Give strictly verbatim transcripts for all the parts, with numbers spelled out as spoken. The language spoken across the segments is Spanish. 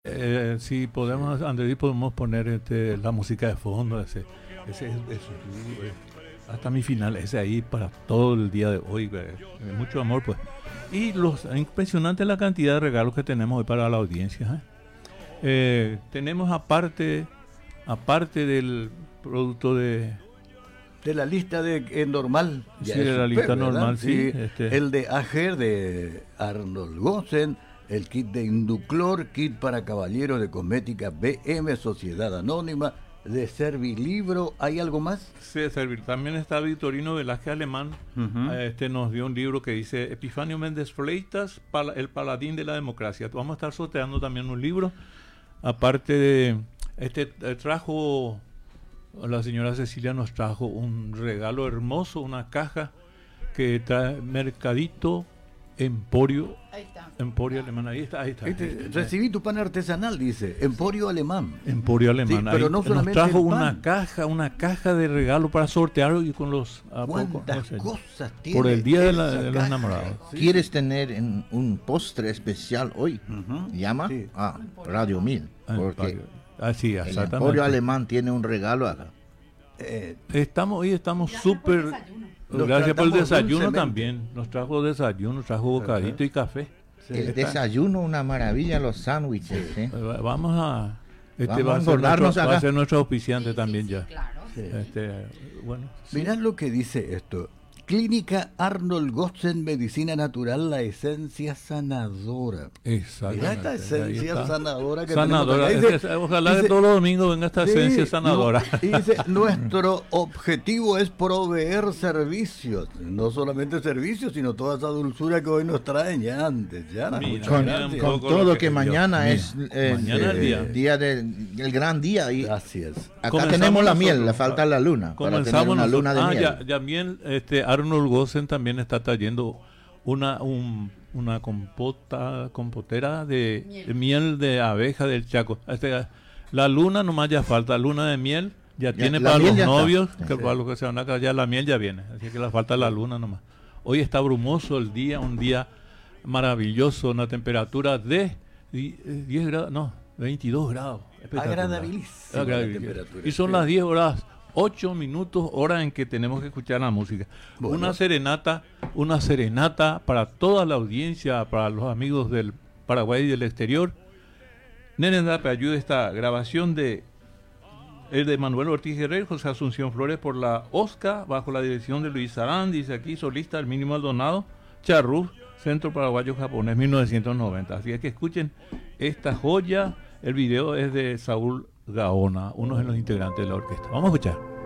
Eh, si podemos, Andrés, podemos poner este, la música de fondo, ese, ese, ese, ese, hasta mi final, ese ahí para todo el día de hoy, eh, mucho amor pues. Y los impresionante la cantidad de regalos que tenemos hoy para la audiencia. ¿eh? Eh, tenemos aparte, aparte del producto de... De la lista de eh, normal. Sí, de la super, lista ¿verdad? normal, sí. sí este. El de Ager de Arnold Gossen, el kit de Induclor, kit para caballeros de cosmética B M, Sociedad Anónima, de Servilibro. ¿Hay algo más? Sí, de Servir. También está Victorino Velázquez Alemán. Uh-huh. Este nos dio un libro que dice Epifanio Méndez Fleitas, pal- el paladín de la democracia. Vamos a estar sorteando también un libro. Aparte de este trajo, la señora Cecilia nos trajo un regalo hermoso, una caja que trae Mercadito Emporio. Ahí está. Emporio Alemán, ahí está, ahí está. Este, recibí tu pan artesanal, dice, Emporio Alemán. Emporio Alemán, sí, pero ahí no solamente nos trajo una caja, una caja de regalo para sortear y con los a ¿Cuántas poco, no sé, cosas tiene por el día de, la, de los enamorados. ¿Sí? ¿Quieres tener en un postre especial hoy? Uh-huh. Llama sí. a Radio Mil, porque ah, sí, el Emporio Alemán tiene un regalo acá. Eh, estamos hoy estamos súper gracias por el desayuno dulcemente. También nos trajo desayuno, trajo bocadito y café. Sí, el está. Desayuno una maravilla, los sándwiches. ¿eh? Vamos a este Vamos va, a a ser nuestro, va a ser nuestro auspiciante sí, también sí, ya. Sí, claro. Sí. Este, bueno, sí. Mirad lo que dice esto. Clínica Arnold Gossen, medicina natural, la esencia sanadora. Exactamente. Mira esta esencia sanadora que sanadora. Tenemos acá. Dice, ojalá dice, de todos los domingos venga esta sí, esencia sanadora. No, y dice, nuestro objetivo es proveer servicios, no solamente servicios, sino toda esa dulzura que hoy nos traen ya antes. Ya, Mira, con con todo lo que, que mañana es eh, mañana el día, día de, el gran día. Y gracias. Acá comenzamos tenemos la miel, nosotros, le falta la luna. Para tener una luna de ah, miel. Ya, ya miel, este, Arnold Gossen también está trayendo una un, una compota compotera de miel. de miel de abeja del Chaco. Este, la luna nomás ya falta, luna de miel ya, ya tiene para los novios, está. que sí. para los que se van a casar ya la miel ya viene, así que le falta la luna nomás. Hoy está brumoso el día, un día maravilloso, una temperatura de diez grados, no, veintidós grados. Agradabilísima Agradabilísima. Y son sí. las diez horas. Ocho minutos, hora en que tenemos que escuchar la música. Bueno. Una serenata, una serenata para toda la audiencia, para los amigos del Paraguay y del exterior. Nene Dape ayuda esta grabación de el de Manuel Ortiz Guerrero, José Asunción Flores por la Oscar, bajo la dirección de Luis Arán, dice aquí, solista el Mínimo Aldonado, Charruf, Centro Paraguayo Japonés, mil novecientos noventa. Así es que escuchen esta joya. El video es de Saúl Gaona, uno de los integrantes de la orquesta. Vamos a escuchar.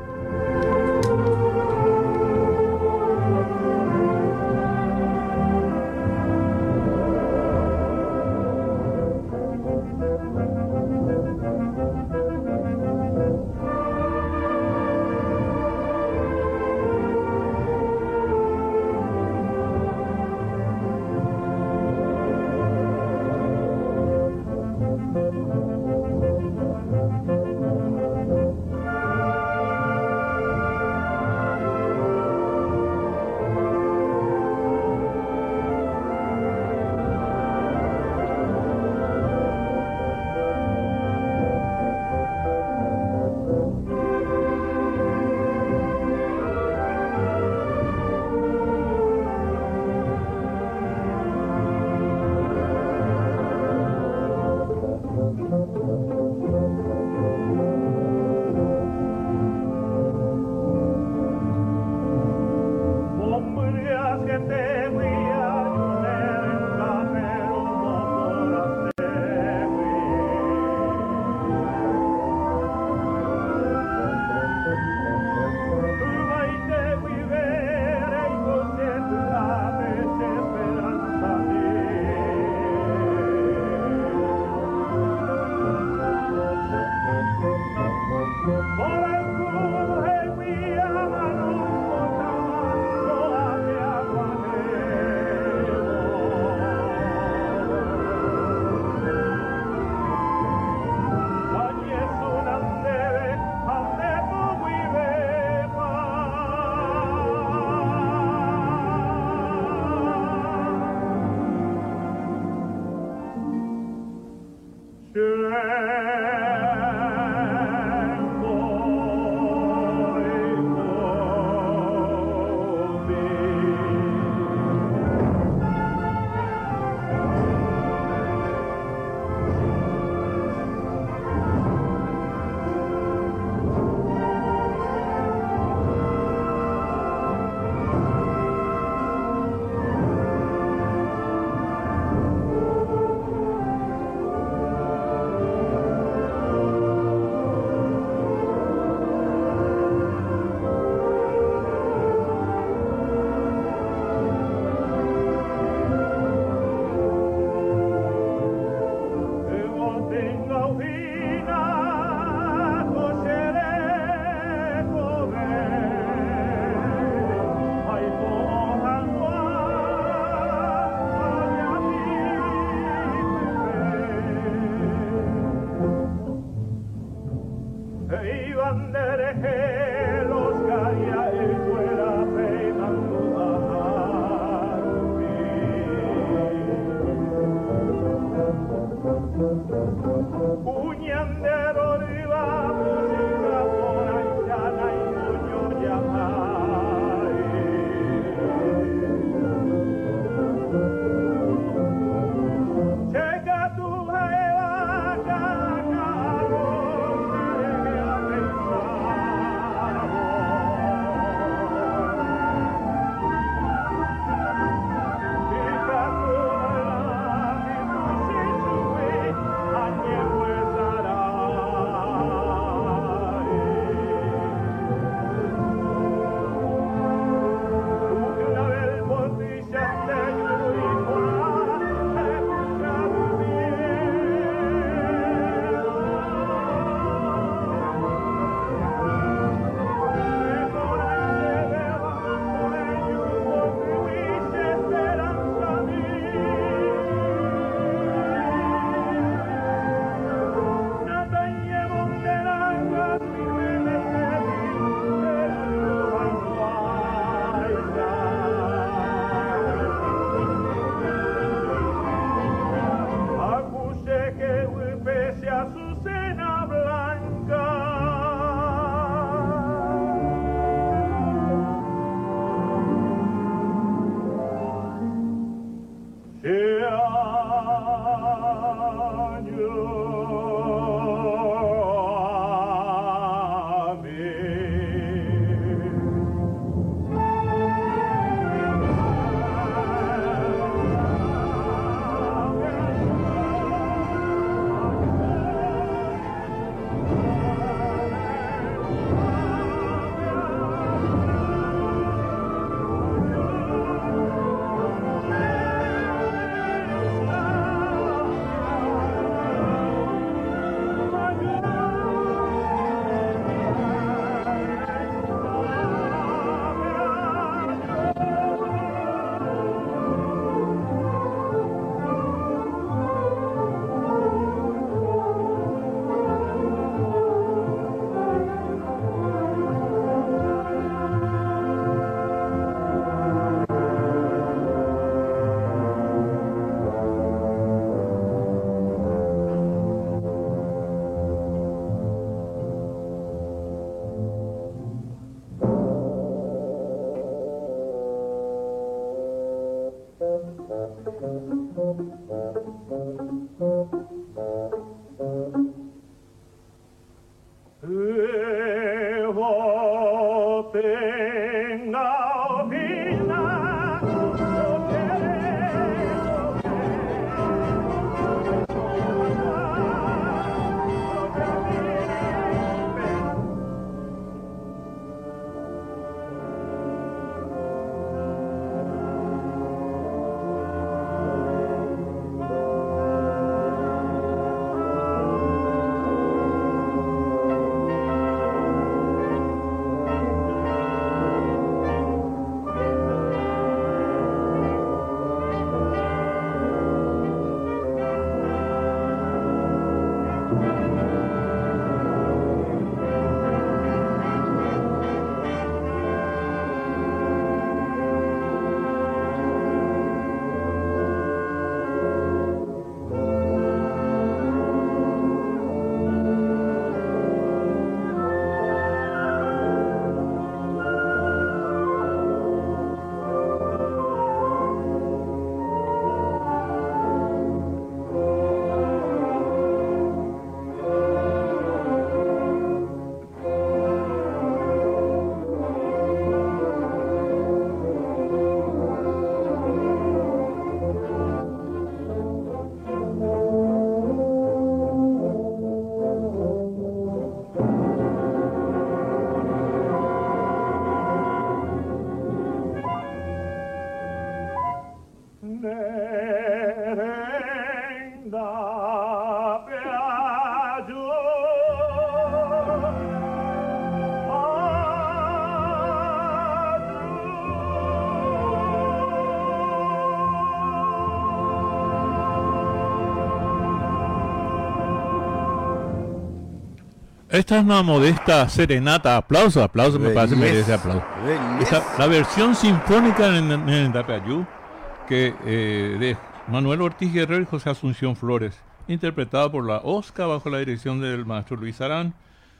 Esta es una modesta serenata. Aplauso, aplauso, me parece que merece aplauso. Esta, la versión sinfónica en, en el Tapayú, que eh, de Manuel Ortiz Guerrero y José Asunción Flores, interpretada por la OSCA bajo la dirección del maestro Luis Arán,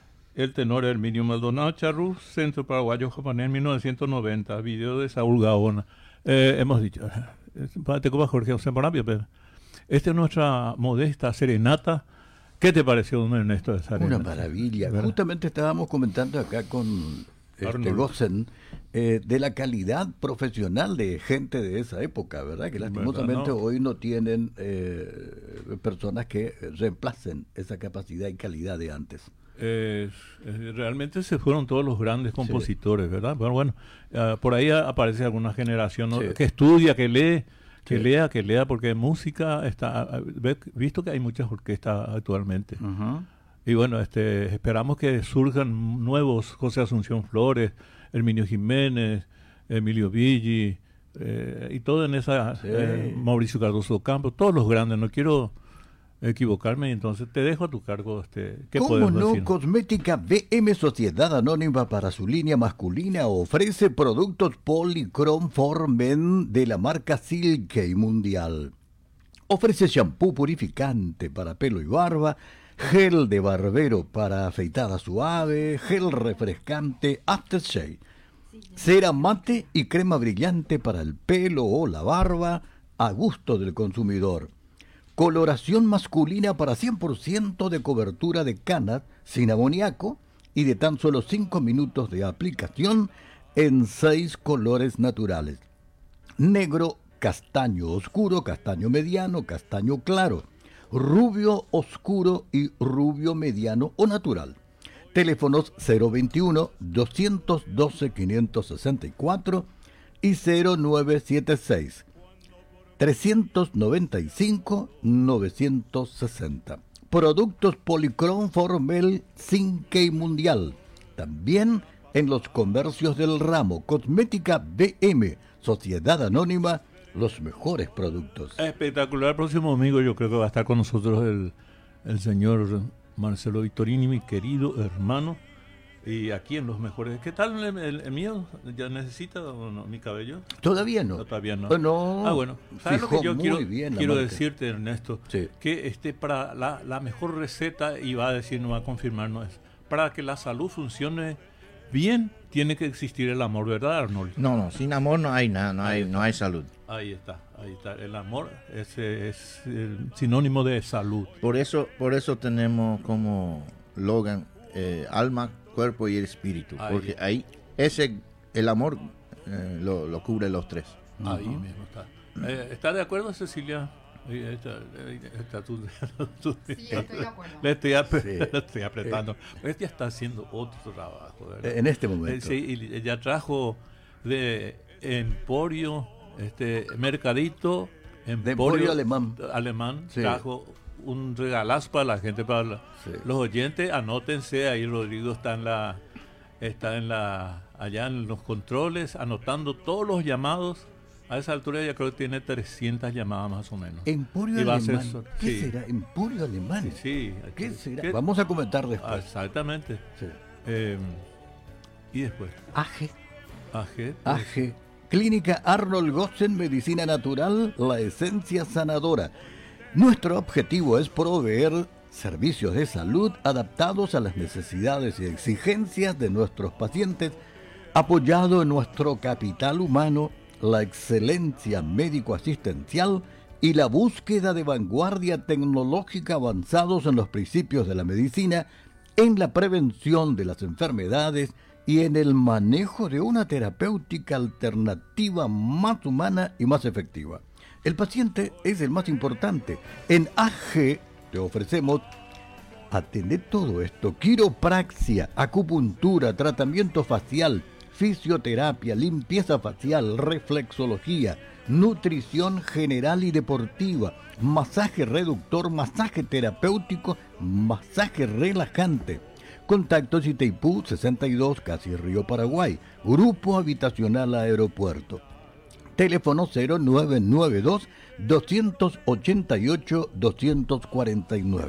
el tenor Herminio Maldonado Charrús, Centro Paraguayo Japonés, mil novecientos noventa, video de Saúl Gaona. Eh, hemos dicho, te copa Jorge José Morabio, pero esta es nuestra modesta serenata. ¿Qué te pareció, don Ernesto, de esa Una maravilla. ¿Verdad? Justamente estábamos comentando acá con este Gosen eh, de la calidad profesional de gente de esa época, ¿verdad? Que lastimosamente ¿verdad, no? hoy no tienen eh, personas que reemplacen esa capacidad y calidad de antes. Eh, eh, realmente se fueron todos los grandes compositores, sí. ¿verdad? Pero bueno, uh, por ahí aparece alguna generación, ¿no? sí. que estudia, que lee, que sí. lea, que lea, porque música está, visto que hay muchas orquestas actualmente. Uh-huh. Y bueno, este, esperamos que surjan nuevos, José Asunción Flores, Herminio Jiménez, Emilio Villi, eh, y todo en esa, sí. eh, Mauricio Cardoso Campos, todos los grandes, no quiero equivocarme, entonces te dejo a tu cargo. Este, ¿qué ¿Cómo no? Decir? Cosmética B M Sociedad Anónima para su línea masculina ofrece productos Polychrome For Men de la marca Silkei Mundial. Ofrece shampoo purificante para pelo y barba, gel de barbero para afeitada suave, gel refrescante aftershave, cera mate y crema brillante para el pelo o la barba a gusto del consumidor. Coloración masculina para cien por ciento de cobertura de canas sin amoníaco y de tan solo cinco minutos de aplicación en seis colores naturales: negro, castaño oscuro, castaño mediano, castaño claro, rubio oscuro y rubio mediano o natural. Teléfonos cero veintiuno, doscientos doce, quinientos sesenta y cuatro y cero nueve siete seis, trescientos noventa y cinco, novecientos sesenta. Productos Polychrome For Men Silkei Mundial. También en los comercios del ramo. Cosmética B M, Sociedad Anónima, los mejores productos. Espectacular. El próximo domingo yo creo que va a estar con nosotros el, el señor Marcelo Vittorini, mi querido hermano. Y aquí en los mejores. ¿Qué tal el, el, el mío? ¿Ya necesita o no, mi cabello? Todavía no. no todavía no. Oh, no. Ah, bueno. ¿Sabes lo que yo quiero, bien quiero decirte, Ernesto? Sí. Que este para la, la mejor receta, y va a decir, no va a confirmar, no es. Para que la salud funcione bien, tiene que existir el amor, ¿verdad, Arnold? No, no, sin amor no hay nada, no hay, no hay salud. Ahí está, ahí está. El amor es, es el sinónimo de salud. Por eso, por eso tenemos como Logan eh, alma, cuerpo y el espíritu, ahí. Porque ahí ese el amor eh, lo, lo cubre los tres. Ahí uh-huh. mismo está. Eh, ¿Está de acuerdo, Cecilia? Ahí está, ahí está tú, tú, sí, estoy de acuerdo. Le estoy, ap- sí. le estoy apretando. Eh. Ella está haciendo otro trabajo, ¿verdad? En este momento. Sí, y ella trajo de Emporio, este Mercadito, Emporio, de Emporio alemán. alemán sí. Trajo un regalazo para la gente, para la, sí. los oyentes. Anótense, ahí Rodrigo está en la está en la allá en los controles anotando todos los llamados. A esa altura ya creo que tiene trescientas llamadas más o menos. Emporio alemán. Ser, ¿Qué sí. será? Emporio alemán. Sí. ¿Qué será? ¿Qué? Vamos a comentar después. Ah, exactamente. Sí. Eh, y después. A G. A G. A G. Clínica Arnold Gosen, medicina natural, la esencia sanadora. Nuestro objetivo es proveer servicios de salud adaptados a las necesidades y exigencias de nuestros pacientes, apoyado en nuestro capital humano, la excelencia médico-asistencial y la búsqueda de vanguardia tecnológica avanzados en los principios de la medicina, en la prevención de las enfermedades y en el manejo de una terapéutica alternativa más humana y más efectiva. El paciente es el más importante. En A G te ofrecemos atender todo esto: quiropraxia, acupuntura, tratamiento facial, fisioterapia, limpieza facial, reflexología, nutrición general y deportiva, masaje reductor, masaje terapéutico, masaje relajante. Contactos Itaipú sesenta y dos, casi Río Paraguay. Grupo Habitacional Aeropuerto. Teléfono cero nueve nueve dos, dos ocho ocho, dos cuatro nueve.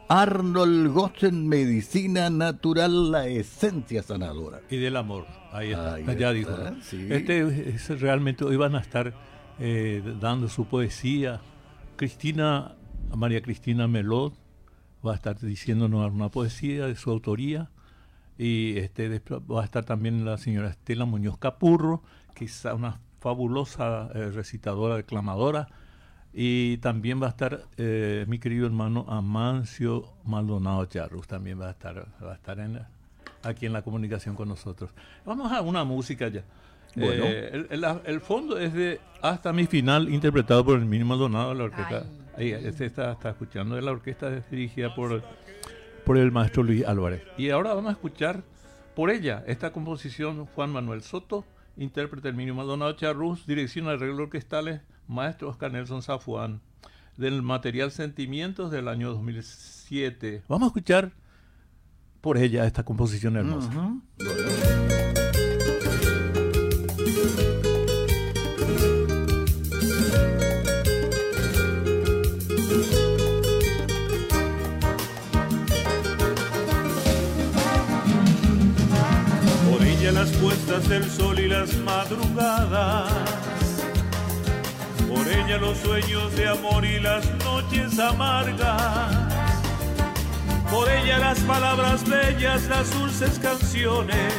Arnold Gossen, medicina natural, la esencia sanadora. Y del amor, ahí está, Ahí ya está, dijo. sí. Este es, realmente hoy van a estar eh, dando su poesía. Cristina, María Cristina Melot va a estar diciéndonos una poesía de su autoría. Y este después va a estar también la señora Estela Muñoz Capurro, que es una fabulosa eh, recitadora, declamadora. Y también va a estar eh, mi querido hermano Amancio Maldonado Charrus, también va a estar, va a estar en, aquí en la comunicación con nosotros. Vamos a una música ya. Bueno. Eh, el, el, el fondo es de Hasta mi final, interpretado por el mismo Maldonado de la orquesta. Ahí, este está, está escuchando de la orquesta, es dirigida por, por el maestro Luis Álvarez. Y ahora vamos a escuchar por ella esta composición, Juan Manuel Soto, intérprete el mismo Maldonado Charrus, dirección de arreglos orquestales, maestro Oscar Nelson Zafuán, del material Sentimientos del año dos mil siete. Vamos a escuchar por ella esta composición hermosa. Uh-huh. Por ella las puestas del sol y las madrugadas, por ella los sueños de amor y las noches amargas, por ella las palabras bellas, las dulces canciones,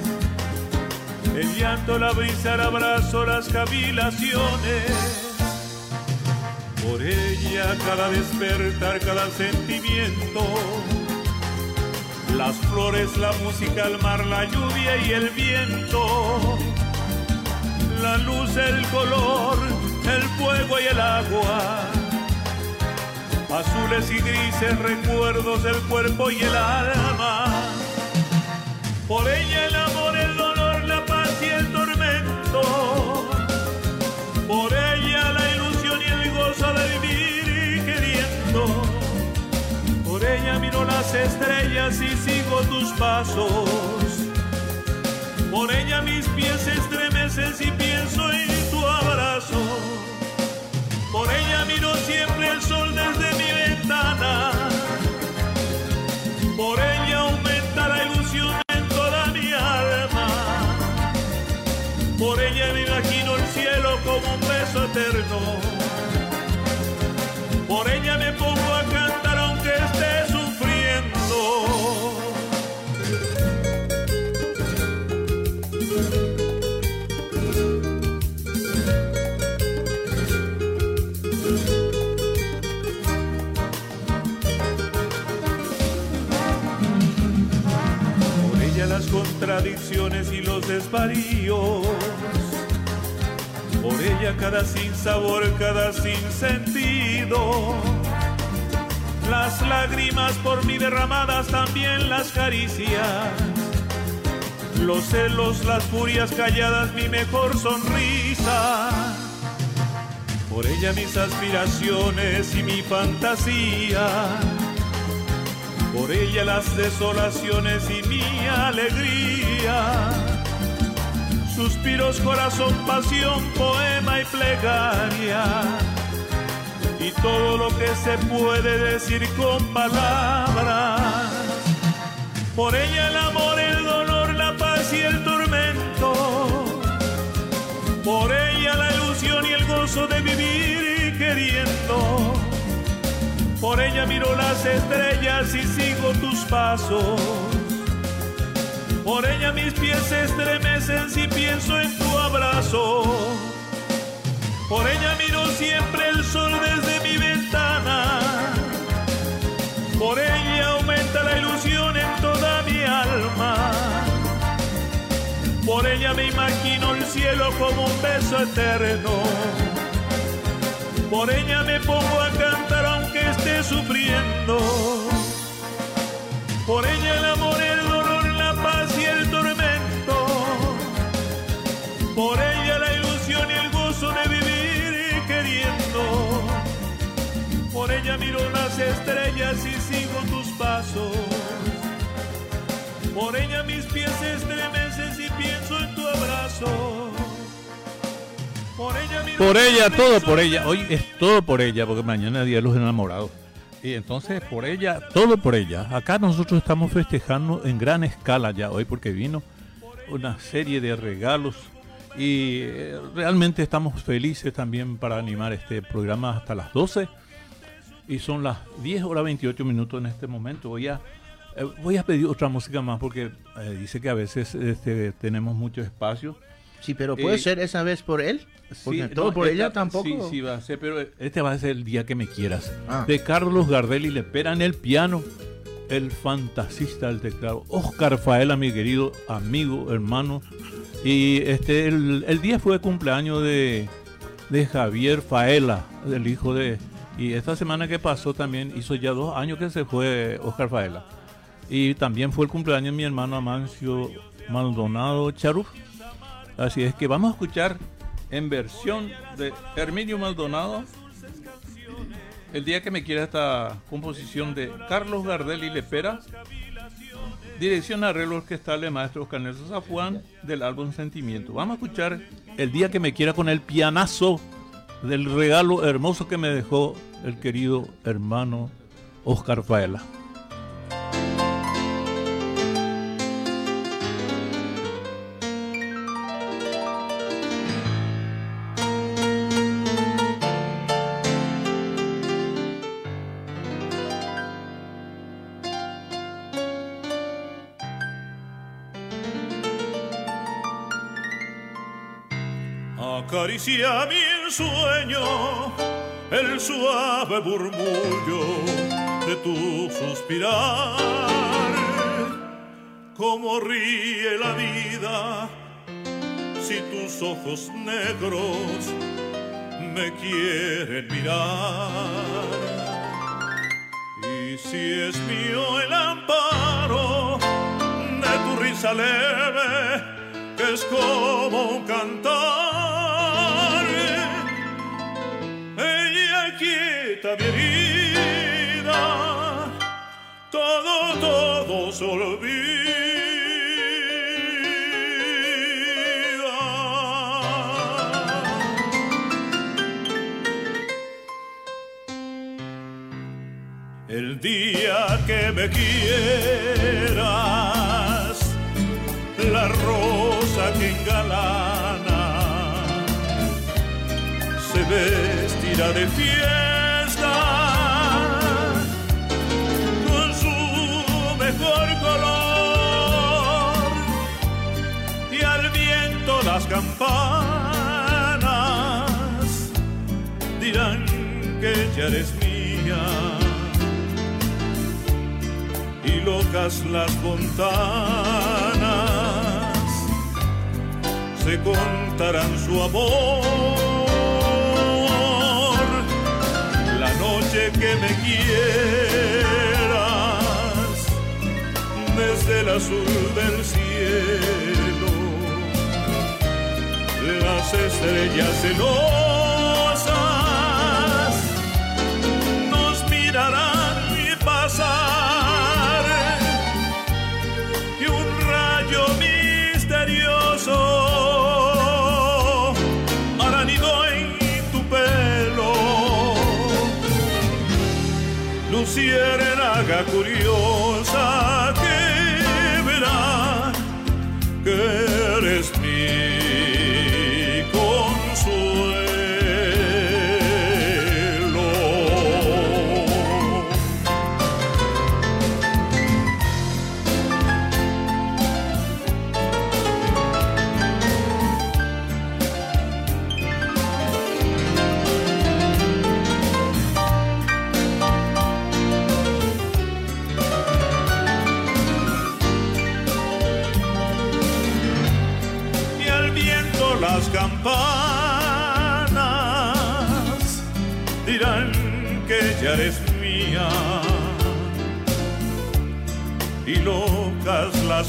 el llanto, la brisa, el abrazo, las cavilaciones. Por ella cada despertar, cada sentimiento, las flores, la música, el mar, la lluvia y el viento, la luz, el color, el fuego y el agua, azules y grises, recuerdos del cuerpo y el alma. Por ella el amor, el dolor, la paz y el tormento, por ella la ilusión y el gozo de vivir queriendo. Por ella miro las estrellas y sigo tus pasos, por ella mis pies se estremecen si pienso en tu abrazo. Por ella miro siempre el sol desde mi ventana, por ella aumenta la ilusión en toda mi alma. Por ella me imagino el cielo como un beso eterno, por ella me pongo a cantar aunque esté sufriendo. Las contradicciones y los desvaríos, por ella cada sinsabor, cada sinsentido, las lágrimas por mí derramadas, también las caricias, los celos, las furias calladas, mi mejor sonrisa. Por ella mis aspiraciones y mi fantasía, por ella las desolaciones y mi alegría, suspiros, corazón, pasión, poema y plegaria, y todo lo que se puede decir con palabras. Por ella el amor, el dolor, la paz y el tormento, por ella la ilusión y el gozo de vivir queriendo. Por ella miro las estrellas y sigo tus pasos, por ella mis pies se estremecen si pienso en tu abrazo. Por ella miro siempre el sol desde mi ventana, por ella aumenta la ilusión en toda mi alma. Por ella me imagino el cielo como un beso eterno, por ella me pongo a cantar aunque esté sufriendo. Por ella el amor, el dolor, la paz y el tormento, por ella la ilusión y el gozo de vivir queriendo. Por ella miro las estrellas y sigo tus pasos, por ella mis pies se estremecen si pienso en tu abrazo. Por ella, por ella todo por ella. Hoy es todo por ella, porque mañana es Día de los Enamorados. Y entonces por ella, todo por ella. Acá nosotros estamos festejando en gran escala ya hoy porque vino una serie de regalos y eh, realmente estamos felices también para animar este programa hasta las doce y son las diez horas veintiocho minutos en este momento. Voy a, eh, voy a pedir otra música más porque eh, dice que a veces este, tenemos mucho espacio. Sí, pero puede Eh, ser esa vez por él. Porque Sí, todo no, por esta- ella tampoco. Sí, sí, va a ser, pero este va a ser El día que me quieras. Ah. De Carlos Gardel y Lepera en el piano, el fantasista del teclado, Oscar Faela, mi querido amigo, hermano. Y este el, el día fue cumpleaños de, de Javier Faela, del hijo de... Y esta semana que pasó también hizo ya dos años que se fue Oscar Faela. Y también fue el cumpleaños de mi hermano Amancio Maldonado Charuf. Así es que vamos a escuchar en versión de Herminio Maldonado El día que me quiera, esta composición de Carlos Gardel y Lepera, dirección arreglo orquestal de maestro Oscar Nelson Zafuán, del álbum Sentimiento. Vamos a escuchar El día que me quiera con el pianazo del regalo hermoso que me dejó el querido hermano Oscar Faela. Acaricia mi ensueño el suave murmullo de tu suspirar, como ríe la vida si tus ojos negros me quieren mirar. Y si es mío el amparo de tu risa leve, que es como un cantar, ella quieta mi herida, todo, todo se olvida. El día que me quieras, la rosa que engalana se vestirá de fiesta con su mejor color, y al viento las campanas dirán que ya eres mía, y locas las fontanas se contarán su amor. La noche que me quieras, desde el azul del cielo, las estrellas celosas nos mirarán y pasar, y un rayo misterioso hará nido en tu pelo, luciérnaga curiosa que verá que eres mi consuelo. Las campanas dirán que ya eres mía, y locas las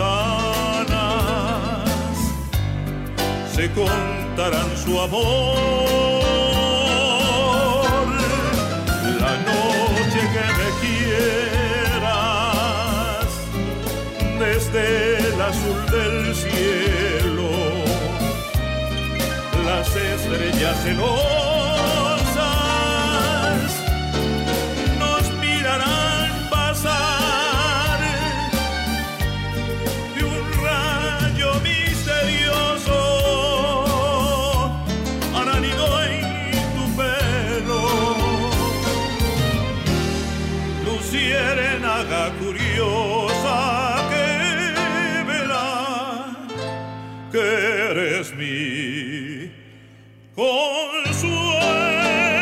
fontanas se contarán su amor. La noche que me quieras, desde el azul del cielo, las estrellas celosas nos luciérnaga curiosa que vela, que eres mi consuelo.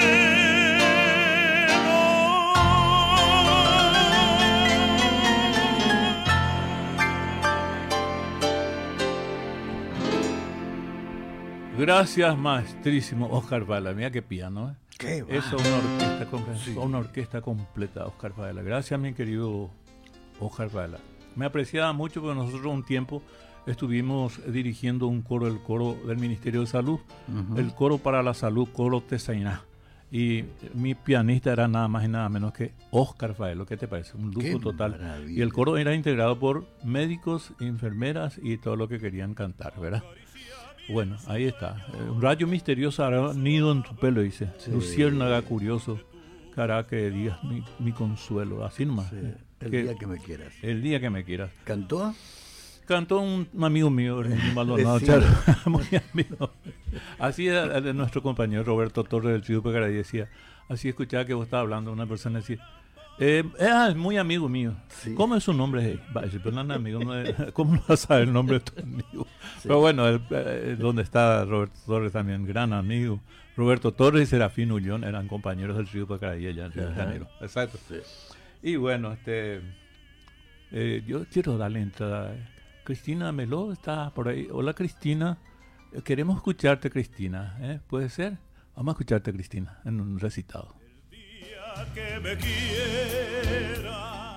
Gracias, maestrísimo Oscar Vela. Mira qué piano, ¿eh? Qué Eso, una orquesta, completa, sí. una orquesta completa, Oscar Vela. Gracias, mi querido Oscar Vela. Me apreciaba mucho porque nosotros un tiempo estuvimos dirigiendo un coro, el coro del Ministerio de Salud, uh-huh. el coro para la salud, coro Tesainá. Y mi pianista era nada más y nada menos que Oscar Vela. ¿Qué te parece? Un lujo total. Maravilla. Y el coro era integrado por médicos, enfermeras y todo lo que querían cantar, ¿verdad? Bueno, ahí está. Un rayo misterioso hará nido en tu pelo, dice. Sí. Luciérnaga curioso, hará que digas mi, mi consuelo. Así nomás. Sí. El que, día que me quieras. El día que me quieras. ¿Cantó? Cantó un, un amigo mío, Maldonado, muy amigo. Así era de nuestro compañero Roberto Torres del Trío Pecaray, decía, así escuchaba que vos estabas hablando, una persona decía, eh, es muy amigo mío. Sí. ¿Cómo es su nombre? Va a decir, pero no es amigo, no es, ¿cómo no vas a saber el nombre de tu amigo? Sí. Pero bueno, el, eh, donde está Roberto Torres también, gran amigo. Roberto Torres y Serafín Ullón eran compañeros del Trío Pecaray allá en Río de Janeiro. Exacto. Sí. Y bueno, este, eh, yo quiero darle entrada. Cristina Meló está por ahí. Hola, Cristina. Queremos escucharte, Cristina. ¿Eh? ¿Puede ser? Vamos a escucharte, Cristina, en un recitado. Que me quieras.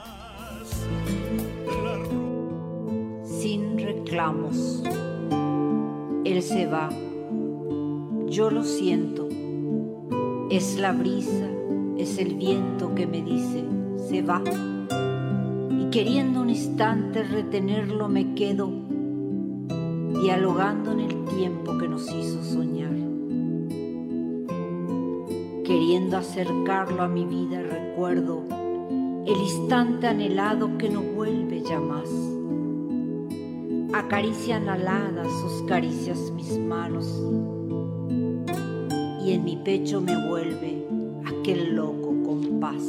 Sin reclamos, él se va, yo lo siento, es la brisa, es el viento que me dice, se va, y queriendo un instante retenerlo me quedo, dialogando en el tiempo que nos hizo soñar. Queriendo acercarlo a mi vida recuerdo el instante anhelado que no vuelve ya más. Acarician aladas sus caricias mis manos y en mi pecho me vuelve aquel loco compás.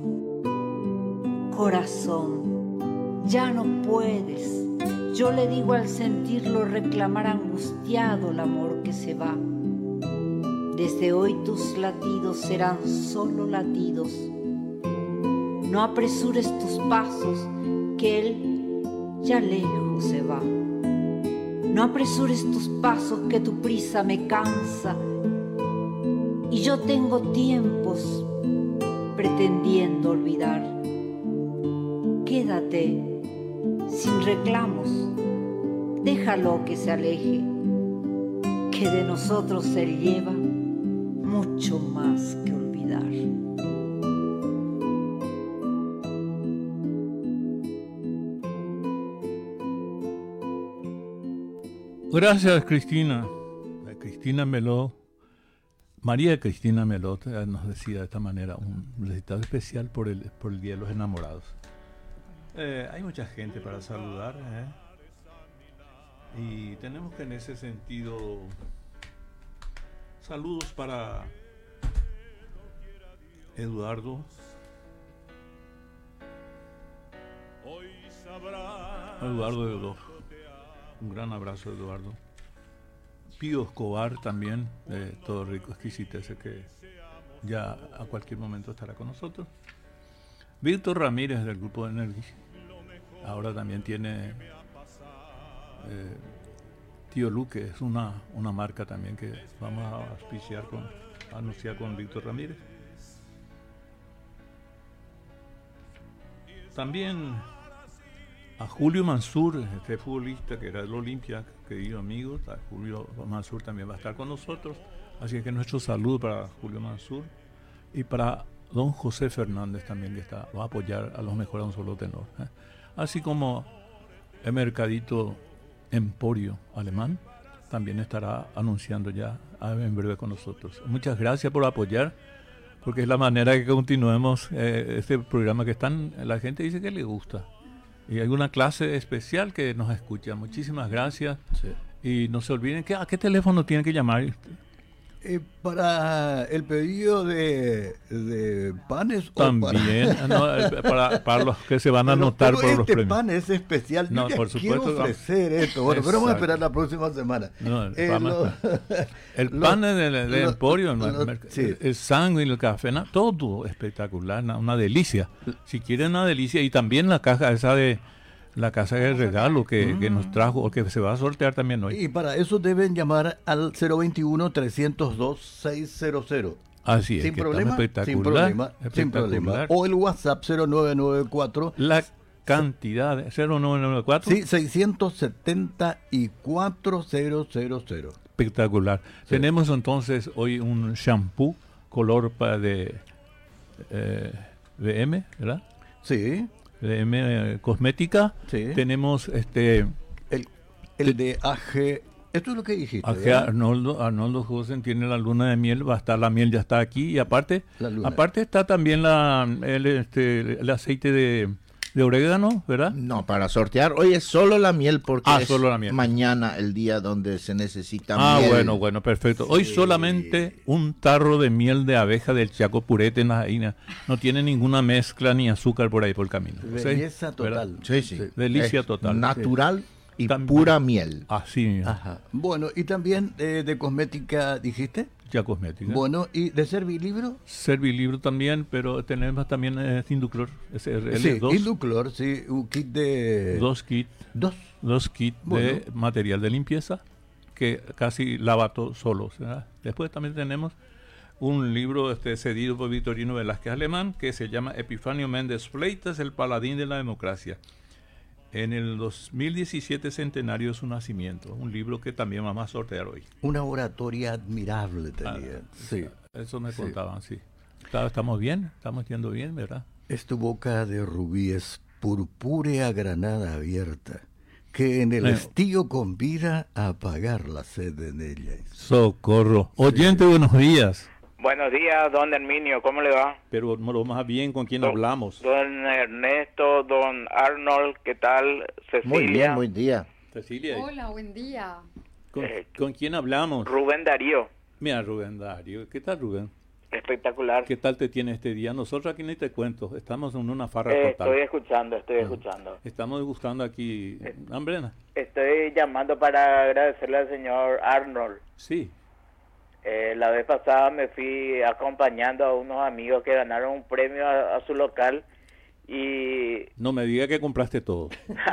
Corazón, ya no puedes, yo le digo al sentirlo reclamar angustiado el amor que se va. Desde hoy tus latidos serán solo latidos. No apresures tus pasos, que él ya lejos se va. No apresures tus pasos, que tu prisa me cansa. Y yo tengo tiempos pretendiendo olvidar. Quédate sin reclamos, déjalo que se aleje, que de nosotros se lleva mucho más que olvidar. Gracias, Cristina. Cristina Meló, María Cristina Meló nos decía de esta manera un recitado especial por el, por el Día de los Enamorados. Eh, hay mucha gente para saludar, ¿eh? Y tenemos que en ese sentido saludos para Eduardo. Eduardo de Odor. Un gran abrazo, Eduardo. Pío Escobar también, de Todo Rico Exquisitece, que ya a cualquier momento estará con nosotros. Víctor Ramírez del grupo de Energy. Ahora también tiene eh, Tío Luque, es una, una marca también que vamos a auspiciar con, a anunciar con Víctor Ramírez. También a Julio Mansur, este futbolista que era del Olimpia, querido amigo. Julio Mansur también va a estar con nosotros, así que nuestro saludo para Julio Mansur y para don José Fernández también, que está, va a apoyar a los mejores a un solo tenor, ¿eh? Así como el Mercadito Emporio Alemán también estará anunciando ya en breve con nosotros. Muchas gracias por apoyar, porque es la manera que continuemos eh, este programa que están, la gente dice que le gusta. Y hay una clase especial que nos escucha. Muchísimas gracias. Sí. Y no se olviden, que ¿a qué teléfono tienen que llamar? Eh, para el pedido de, de panes también o para... no, eh, para, para los que se van a anotar por este los premios. pan es especial. No, Yo por quiero supuesto, ofrecer esto. Bueno, pero vamos a exacto. esperar la próxima semana. No, el Eh, pan, lo- el lo- pan del, del lo- Emporio, lo- el, sí. el, el sándwich, el café, na- todo espectacular, una, una delicia. Si quieren una delicia, y también la caja esa de la casa de regalo que, que nos trajo, o que se va a sortear también hoy. Y para eso deben llamar al cero veintiuno, trescientos dos, seiscientos. Así es, Sin que problema, está espectacular, sin problema, sin espectacular. problema. O el WhatsApp cero nueve nueve cuatro, La cantidad de cero nueve nueve cuatro, sí, seiscientos setenta y cuatro mil. espectacular. Tenemos entonces hoy un shampoo color para de eh, V M, ¿verdad? Sí, V M eh, cosmética. Sí. Tenemos este el, el de A G. Esto es lo que dijiste. A G ¿verdad? Arnoldo, Arnoldo Josen tiene la luna de miel, va a estar la miel, ya está aquí, y aparte, La luna. aparte está también la el, este, el aceite de, de orégano, ¿verdad? No, para sortear hoy es solo la miel porque Ah, es solo la miel. mañana el día donde se necesita Ah, miel. bueno, bueno, perfecto. Hoy solamente un tarro de miel de abeja del Chaco Purete en la Jaina. No tiene ninguna mezcla ni azúcar por ahí por el camino. ¿Sí? Belleza ¿Verdad? total. Sí, sí. Delicia Es total. Natural y También. pura miel. Así mismo. Ajá. Bueno, y también eh, de cosmética, dijiste. Ya cosmética. Bueno, y de Servilibro. Servilibro también, pero tenemos también eh, Induclor. Es el- Sí, dos, Induclor, sí, un kit de... dos kits. Dos. Dos kits Bueno. de material de limpieza que casi lava todo solo. ¿Verdad? Después también tenemos un libro este, cedido por Victorino Velázquez Alemán que se llama Epifanio Méndez Fleitas, el paladín de la democracia. En el dos mil diecisiete centenario de su nacimiento, un libro que también vamos a sortear hoy. Una oratoria admirable tenía. Ah, sí. Eso me Sí. contaban, sí. Está- Estamos bien, estamos yendo bien, ¿verdad? Es tu boca de rubíes, purpúrea granada abierta, que en el Eh. estío convida a apagar la sed en ella. Socorro. Oyente, buenos días. Buenos días, don Herminio, ¿cómo le va? Pero lo más bien, ¿con quién Don- hablamos? Don Ernesto, don Arnold, ¿qué tal? Cecilia, Muy bien, buen día. Cecilia, Hola, buen día. ¿con, Eh, con quién hablamos? Rubén Darío, Mira, Rubén Darío. ¿Qué tal, Rubén? espectacular. ¿Qué tal te tiene este día? Nosotros aquí ni te cuento, estamos en una farra Eh, total. estoy escuchando, estoy Ah. escuchando. Estamos degustando aquí. ¿Hambrena? Estoy llamando para agradecerle al señor Arnold. Sí. Eh, la vez pasada me fui acompañando a unos amigos que ganaron un premio a, a su local y No me diga que compraste todo.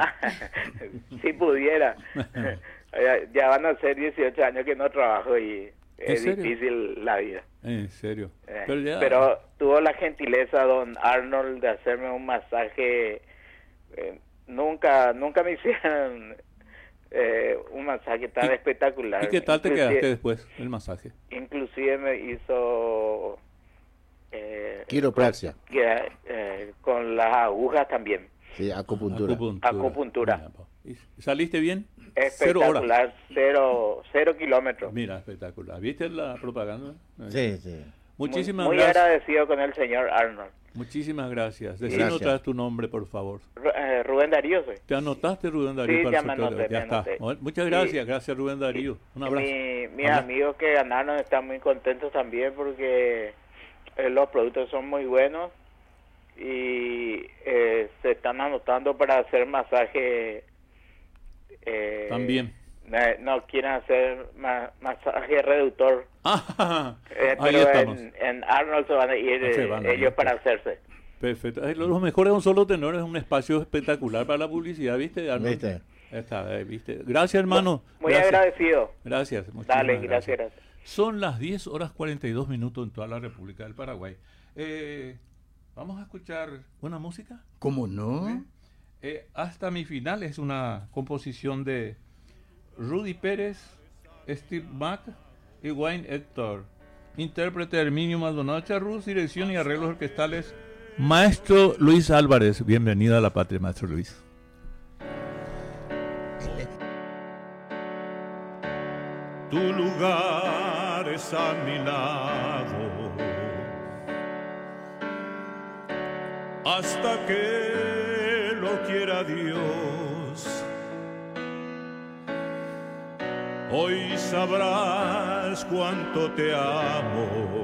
si pudiera. Eh, ya van a ser dieciocho años que no trabajo y ¿En es serio? difícil la vida. En serio. Eh, Pero ya. pero tuvo la gentileza don Arnold de hacerme un masaje. eh, nunca nunca me hicieron eh, un masaje tan ¿Y- espectacular. ¿Y qué tal te Inclusive- quedaste después del masaje? Inclusive me hizo eh, Quiropraxia. que, eh, con las agujas también. Sí, acupuntura. Acupuntura. Mira, po. ¿Y saliste bien? Cero horas. Espectacular, cero, cero kilómetros. Mira, espectacular. ¿Viste la propaganda? Sí, sí. Muchísimas muy, muy gracias. agradecido con el señor Arnold. Muchísimas gracias. Decinos Gracias. otra vez tu nombre, por favor. Ru- eh, Rubén Darío soy. ¿Te anotaste, Rubén Darío? Sí, para ya el me sorteo? anoté, Ya me está. anoté. Bueno, muchas gracias. Gracias, Rubén Darío. Un abrazo. Mi- mis Habla. amigos que ganaron están muy contentos también porque eh, los productos son muy buenos y eh, se están anotando para hacer masaje. eh, También. eh, no quieren hacer ma- masaje reductor. Ah, Eh, ahí pero estamos. en, en Arnold se van a ir Se eh, van a ir, ellos para pues. hacerse. Perfecto. Ay, Los mejores de un solo tenor es un espacio espectacular para la publicidad, ¿viste, Arnold? ¿Viste? Está, eh, ¿viste? Gracias, hermano. Muy Gracias. agradecido. Gracias. muchísimas Dale, gracias, gracias. Son las diez horas cuarenta y dos minutos en toda la República del Paraguay. Eh, Vamos a escuchar una música. ¿Cómo no? Eh, Hasta mi final es una composición de Rudy Pérez, Steve Mack y Wayne Hector. Intérprete Herminio Maldonado Charrús, dirección y arreglos orquestales Maestro Luis Álvarez. Bienvenido a la patria, Maestro Luis. Tu lugar es a mi lado hasta que lo quiera Dios. Hoy sabrás cuánto te amo,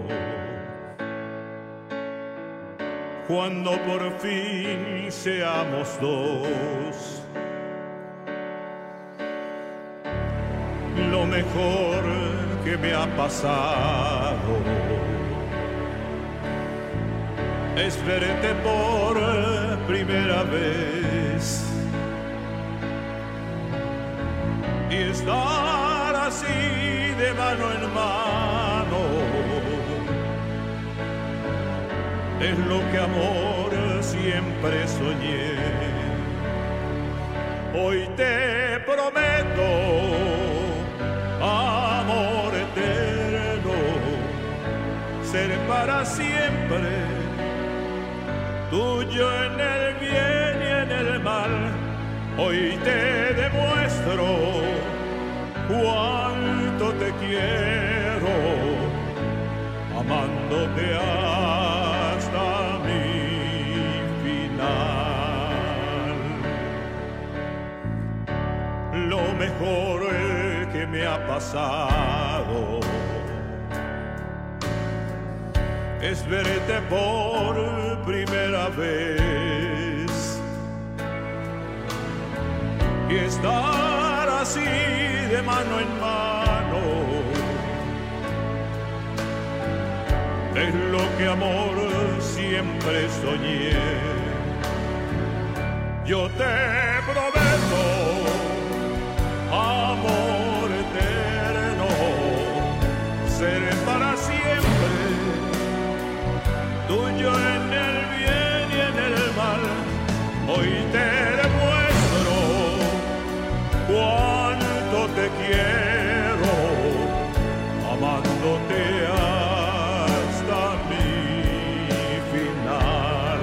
cuando por fin seamos dos. Lo mejor que me ha pasado es verte por primera vez y estar así de mano en mano. Es lo que amor siempre soñé. Hoy te prometo amor eterno, ser para siempre tuyo en el bien y en el mal. Hoy te demuestro cuánto te quiero, amándote hasta mi final. Lo mejor que me ha pasado es verte por primera vez y estar así de mano en mano. Es lo que amor siempre soñé. Yo te prometo amor eterno, seré para siempre tuyo en el bien y en el mal. Hoy te demuestro cuánto te quiero, amándote hasta mi final.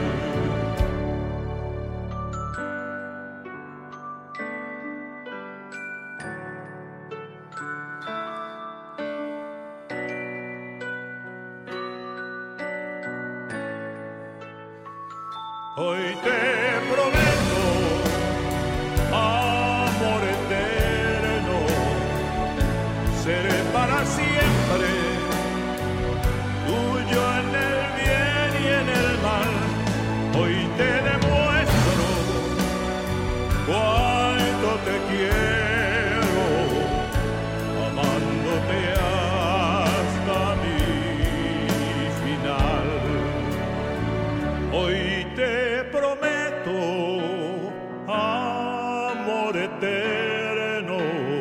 Hoy te prometo amor eterno, seré para siempre tuyo en el bien y en el mal. Hoy te demuestro cuánto te quiero, amándote hasta mi final. Hoy te prometo amor eterno,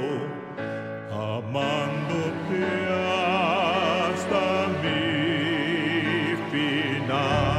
amándote hasta mi final.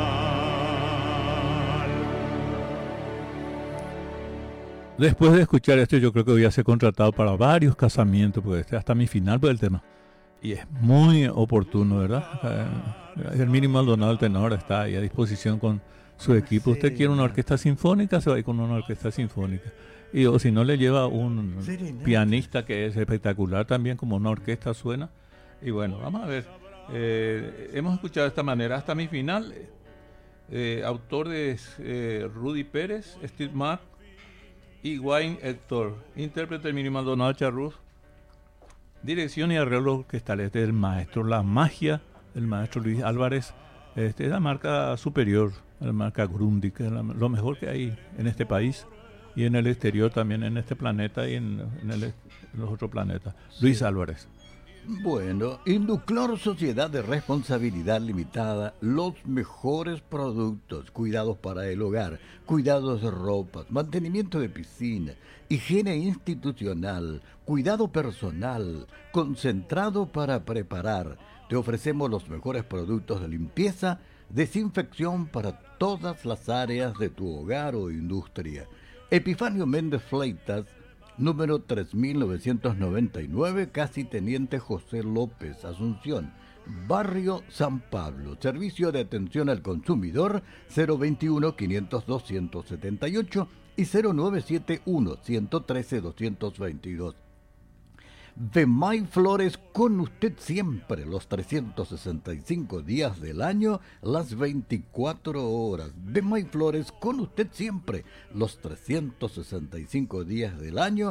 Después de escuchar esto, yo creo que voy a ser contratado para varios casamientos, porque este hasta mi final por el tema. Y es muy oportuno, ¿verdad? El mínimo Maldonado, el tenor, está ahí a disposición con su equipo. Usted quiere una orquesta sinfónica, se va a ir con una orquesta sinfónica. Y o si no, le lleva un pianista que es espectacular también, como una orquesta suena. Y bueno, vamos a ver. Eh, hemos escuchado de esta manera hasta mi final. Eh, autor de eh, Rudy Pérez, Steve Mack y Wayne Héctor. Intérprete Mínimo Maldonado Charrús. Dirección y arreglo orquestales del maestro La Magia, el maestro Luis Álvarez. Este es la marca superior, la marca Grundig, que es la, lo mejor que hay en este país y en el exterior también, en este planeta y en, en, el, en los otros planetas. Luis Álvarez. Bueno, Induclor Sociedad de Responsabilidad Limitada, los mejores productos, cuidados para el hogar, cuidados de ropas, mantenimiento de piscina, higiene institucional, cuidado personal, concentrado para preparar. Te ofrecemos los mejores productos de limpieza, desinfección para todas las áreas de tu hogar o industria. Epifanio Méndez Fleitas, número tres mil novecientos noventa y nueve, casi Teniente José López, Asunción, Barrio San Pablo. Servicio de atención al consumidor cero veintiuno, quinientos dos, ciento setenta y ocho y cero nueve siete uno, ciento trece, doscientos veintidós. Vemay Flores, con usted siempre, los trescientos sesenta y cinco días del año, las veinticuatro horas. Vemay Flores, con usted siempre, los trescientos sesenta y cinco días del año,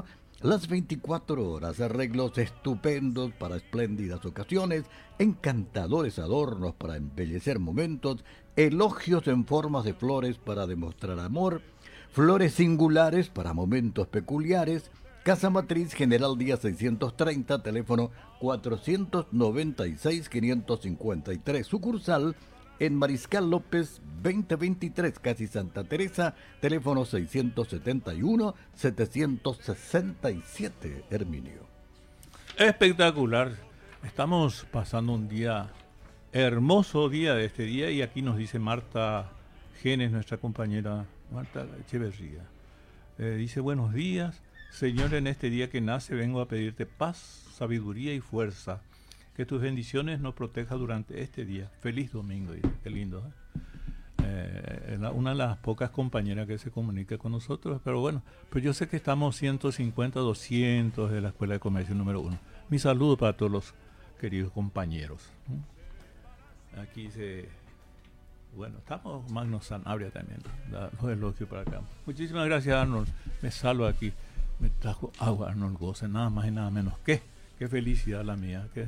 las veinticuatro horas, arreglos estupendos para espléndidas ocasiones, encantadores adornos para embellecer momentos, elogios en formas de flores para demostrar amor, flores singulares para momentos peculiares. Casa Matriz, General Díaz seiscientos treinta, teléfono cuatrocientos noventa y seis, quinientos cincuenta y tres, sucursal en Mariscal López veinte veintitrés, casi Santa Teresa, teléfono seiscientos setenta y uno, setecientos sesenta y siete, Herminio. Espectacular. Estamos pasando un día, hermoso día de este día, y aquí nos dice Marta Genes, nuestra compañera Marta Echeverría. Eh, dice, buenos días, Señor, en este día que nace vengo a pedirte paz, sabiduría y fuerza. Que tus bendiciones nos protejan durante este día. Feliz domingo, dice. Qué lindo, ¿eh? Eh, una de las pocas compañeras que se comunica con nosotros, pero bueno, pues yo sé que estamos ciento cincuenta, doscientos de la Escuela de Comercio número uno. Mi saludo para todos los queridos compañeros. Aquí se... Bueno, estamos Magno Sanabria también, los elogios para acá. Muchísimas gracias, Arnold. Me salvo aquí. Me trajo agua, Arnold Goce, nada más y nada menos. ¿Qué? Qué felicidad la mía. ¿Qué?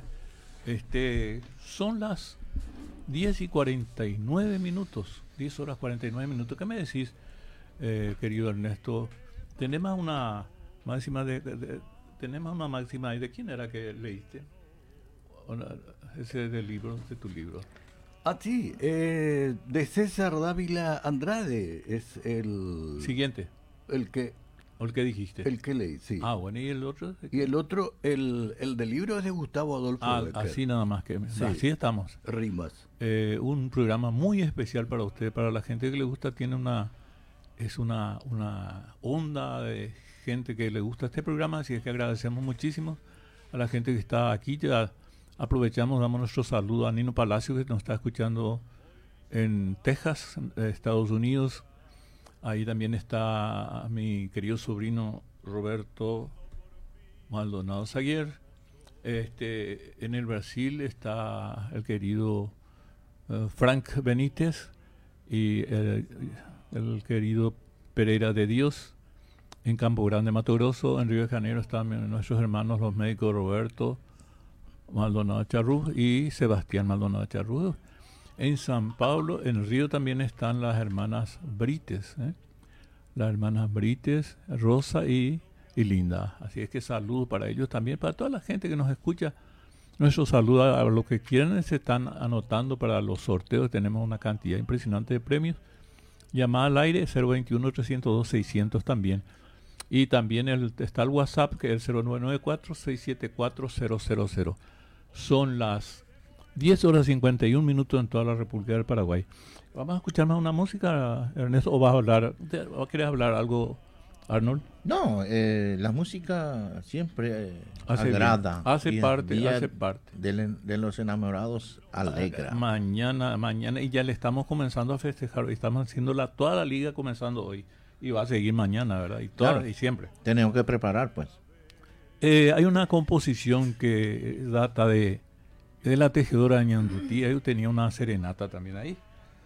Este, son las diez y cuarenta y nueve minutos, diez horas cuarenta y nueve minutos. ¿Qué me decís, eh, querido Ernesto? Tenemos una máxima de, de, de tenemos una máxima ahí. ¿De quién era que leíste? Una, ese del libro, de tu libro. Ah, sí, eh, de César Dávila Andrade es el siguiente. El que ¿O el que dijiste? El que leí, sí. Ah, bueno, ¿y el otro? Y el otro, el, el del libro es de Gustavo Adolfo Ah, Becker. así nada más que... Sí. Así estamos. Rimas. Eh, un programa muy especial para usted, para la gente que le gusta, tiene una... Es una, una onda de gente que le gusta este programa, así es que agradecemos muchísimo a la gente que está aquí. Ya aprovechamos, damos nuestro saludo a Nino Palacio, que nos está escuchando en Texas, Estados Unidos. Ahí también está mi querido sobrino Roberto Maldonado Saguier. Este, en el Brasil está el querido uh, Frank Benítez y el, el querido Pereira de Dios. En Campo Grande, Mato Grosso. En Río de Janeiro están nuestros hermanos los médicos Roberto Maldonado Charrús y Sebastián Maldonado Charrús. En San Pablo, en Río, también están las hermanas Brites, ¿eh? las hermanas Brites, Rosa y, y Linda. Así es que saludos para ellos también, para toda la gente que nos escucha. Nuestro saludo a, a los que quieran, se están anotando para los sorteos. Tenemos una cantidad impresionante de premios. Llamada al aire cero veintiuno, trescientos dos, seiscientos también. Y también el, está el WhatsApp, que es el cero nueve nueve cuatro, seis siete cuatro, cero cero cero. Son las diez horas cincuenta y un minutos en toda la República del Paraguay. ¿Vamos a escuchar más una música, Ernesto? ¿O vas a hablar? ¿O quieres hablar algo, Arnold? No, eh, la música siempre eh, hace agrada. Bien. Hace parte, día hace parte. De, de los enamorados alegra. Mañana, mañana, y ya le estamos comenzando a festejar. Hoy estamos haciendo la, toda la liga comenzando hoy. Y va a seguir mañana, ¿verdad? Y, toda, claro, y siempre. Tenemos que preparar, pues. Eh, hay una composición que data de... de la tejedora de Ñandutí. Yo tenía una serenata también ahí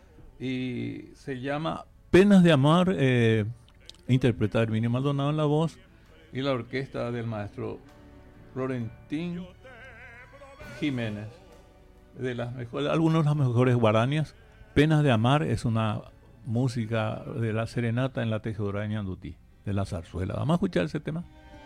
y se llama Penas de Amar, eh, interpreta Herminio Maldonado en la voz y la orquesta del maestro Florentín Jiménez, de las mejores, algunos de las mejores guaranías. Penas de Amar es una música de la serenata en la tejedora de Ñandutí, de la zarzuela. Vamos a escuchar ese tema.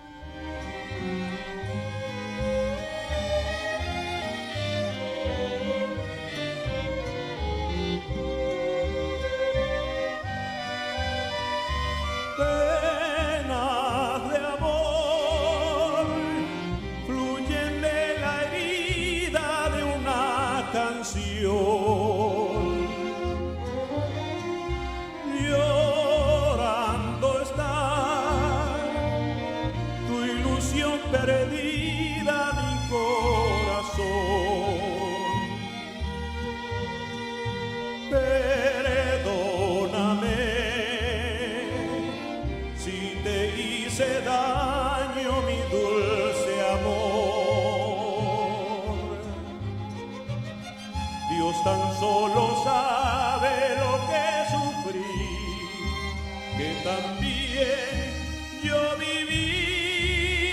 Tan solo sabe lo que sufrí, que también yo viví.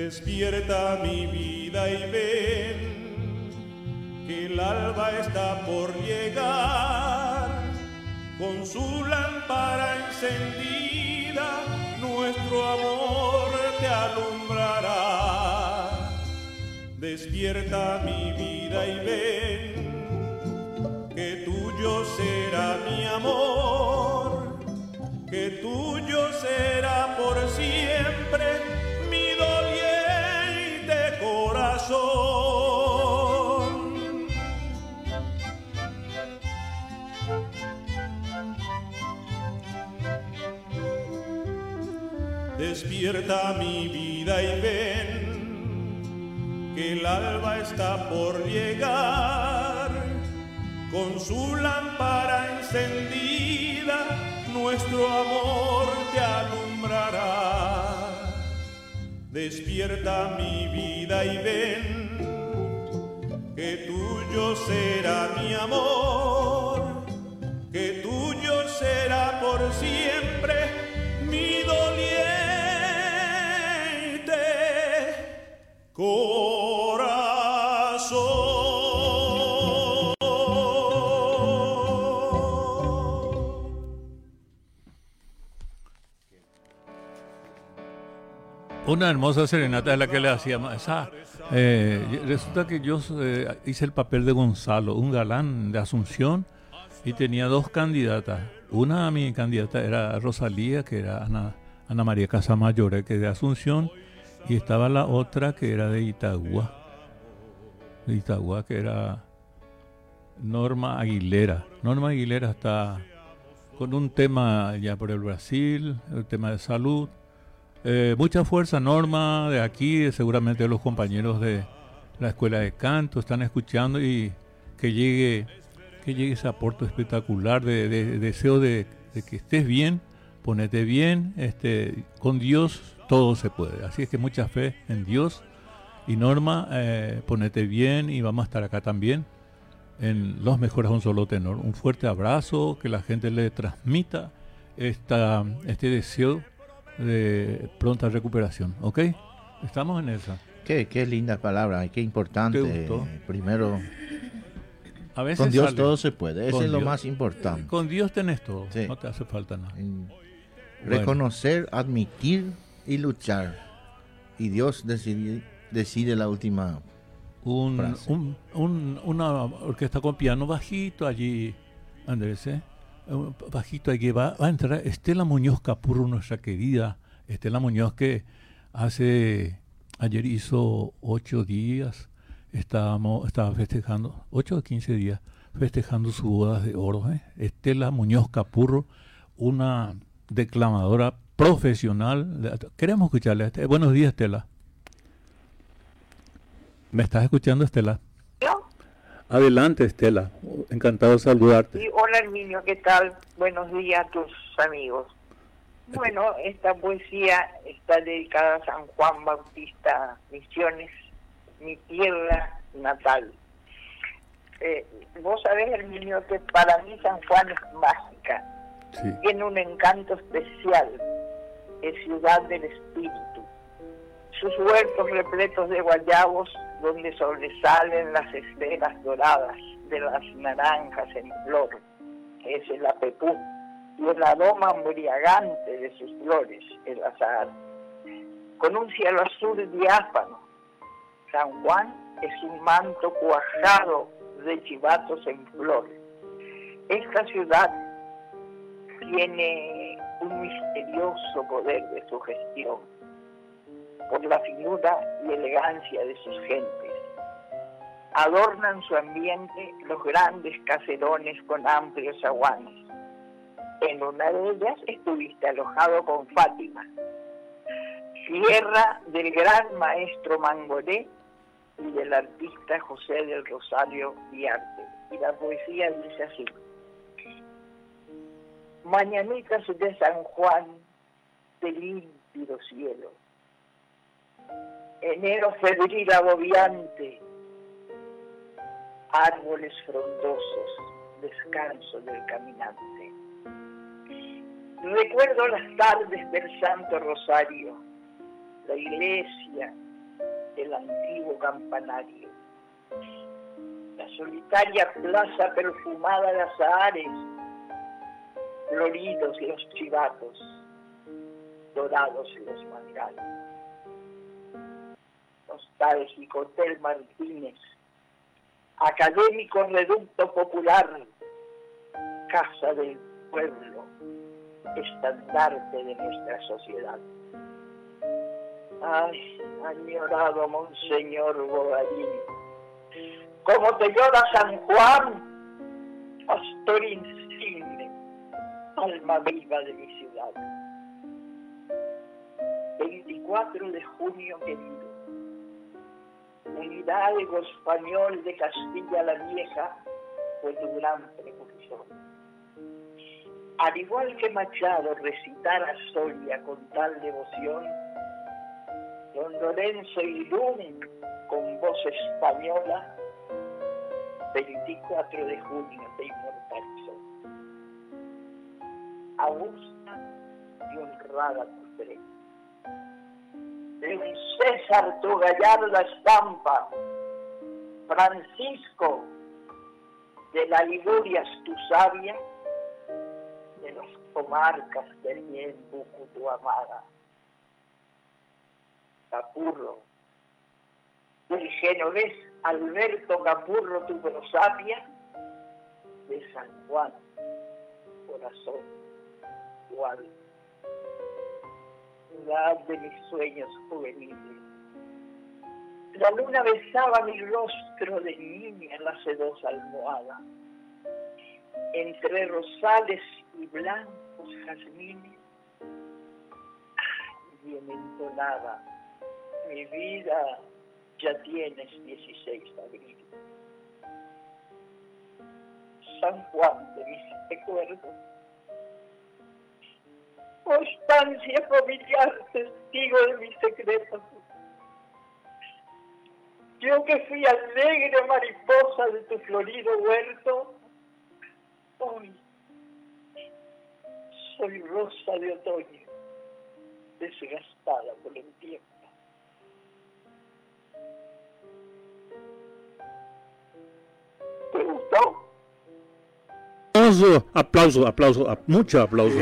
Despierta mi vida y ven que el alba está por llegar, con su lámpara encendida nuestro amor te alumbrará. Despierta mi vida y ven que tuyo será mi amor, que tuyo será por siempre mi doliente corazón. Despierta mi vida y ven que el alba está por llegar, con su lámpara encendida nuestro amor te alumbrará. Despierta mi vida y ven que tuyo será mi amor, que tuyo será por siempre mi doliente corazón. Una hermosa serenata es la que le hacíamos. Esa, eh, resulta que yo eh, hice el papel de Gonzalo, un galán de Asunción, y tenía dos candidatas. Una, mi candidata era Rosalía, que era Ana, Ana María Casamayor, que es de Asunción, y estaba la otra que era de Itagua, de Itagua, que era Norma Aguilera. Norma Aguilera está con un tema ya por el Brasil, el tema de salud. Eh, mucha fuerza, Norma, de aquí, seguramente los compañeros de la Escuela de Canto están escuchando, y que llegue, que llegue ese aporte espectacular de, de, de deseo de, de que estés bien, ponete bien, este, con Dios todo se puede. Así es que mucha fe en Dios. Y Norma, eh, ponete bien, y vamos a estar acá también en Los Mejores a un Solo Tenor. Un fuerte abrazo, que la gente le transmita esta, este deseo de pronta recuperación, ¿ok? Estamos en esa. Qué, qué linda palabra, qué importante. ¿Te gustó? Primero, a veces con Dios sale. todo se puede, eso Con es lo Dios. más importante. Con Dios tenés todo, Sí. no te hace falta nada. En Bueno. reconocer, admitir y luchar. Y Dios decide, decide la última. Un, frase. un, un, una orquesta con piano bajito allí, Andrés, ¿eh? Un bajito allí va, va a entrar Estela Muñoz Capurro, nuestra querida Estela Muñoz, que hace, ayer hizo ocho días, estábamos, estaba festejando, ocho o quince días, festejando su boda de oro, ¿eh? Estela Muñoz Capurro, una declamadora profesional. Queremos escucharle. Buenos días, Estela. ¿Me estás escuchando, Estela? ¿Yo? Adelante, Estela. Encantado de saludarte. Sí, hola, Herminio, ¿qué tal? Buenos días a tus amigos. Bueno, esta poesía está dedicada a San Juan Bautista Misiones, mi tierra natal. Eh, vos sabés, Herminio, que para mí San Juan es mágica. Sí. Tiene un encanto especial. Es ciudad del espíritu. Sus huertos repletos de guayabos, donde sobresalen las esferas doradas de las naranjas en flor, que es el apepú, y el aroma embriagante de sus flores, el azahar. Con un cielo azul diáfano, San Juan es un manto cuajado de chivatos en flor. Esta ciudad tiene un misterioso poder de sugestión por la finura y elegancia de sus gentes. Adornan su ambiente los grandes caserones con amplios zaguanes. En una de ellas estuviste alojado con Fátima, tierra del gran maestro Mangoré y del artista José del Rosario Diarte. Y la poesía dice así: mañanitas de San Juan, de límpido cielo, enero febril agobiante, árboles frondosos, descanso del caminante. Recuerdo las tardes del Santo Rosario, la iglesia, el antiguo campanario. La solitaria plaza perfumada de azahares, floridos los chivatos, dorados los mangales. Nostálgico Hotel Martínez, académico reducto popular, casa del pueblo, estandarte de nuestra sociedad. Ay, añorado Monseñor Bogarín, como te llora San Juan, pastor insigne, alma viva de mi ciudad. veinticuatro de junio querido, un hidalgo español de Castilla la Vieja fue tu gran precursor. Al igual que Machado recitara Soria con tal devoción, don Lorenzo Irún, con voz española, veinticuatro de junio te inmortalizó. Augusta y honrada tu fe. De un César tu gallarda estampa, Francisco, de la Ligurias tu sabia, de las comarcas del Ñembucú tu amada. Capurro, del genovés Alberto Capurro tu prosapia, de San Juan, corazón, tu alma. Ciudad de mis sueños juveniles. La luna besaba mi rostro de niña en la sedosa almohada. Entre rosales y blancos jazmines, bien entonada, mi vida ya tienes dieciséis de abril. San Juan de mis recuerdos, constancia familiar, testigo de mis secretos. Yo que fui alegre mariposa de tu florido huerto, hoy soy rosa de otoño, desgastada por el tiempo. ¿Te gustó? Aplauso, aplauso, aplauso, ap- mucho aplauso.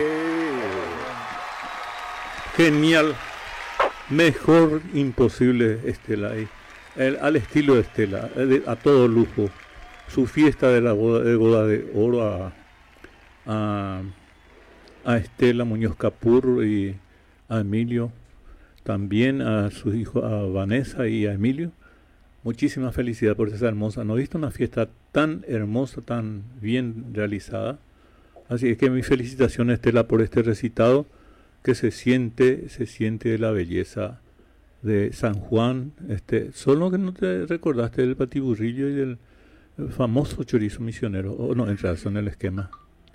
Genial, mejor imposible Estela, ahí. El, al estilo de Estela, de, a todo lujo. Su fiesta de la boda de, boda de oro a, a, a Estela Muñoz Capurro y a Emilio, también a su hijo, a Vanessa y a Emilio. Muchísima felicidad por esa hermosa. No he visto una fiesta tan hermosa, tan bien realizada. Así es que mis felicitaciones, Estela, por este recitado que se siente, se siente de la belleza de San Juan. Este, solo que no te recordaste del patiburrillo y del famoso chorizo misionero. O no, en razón el esquema.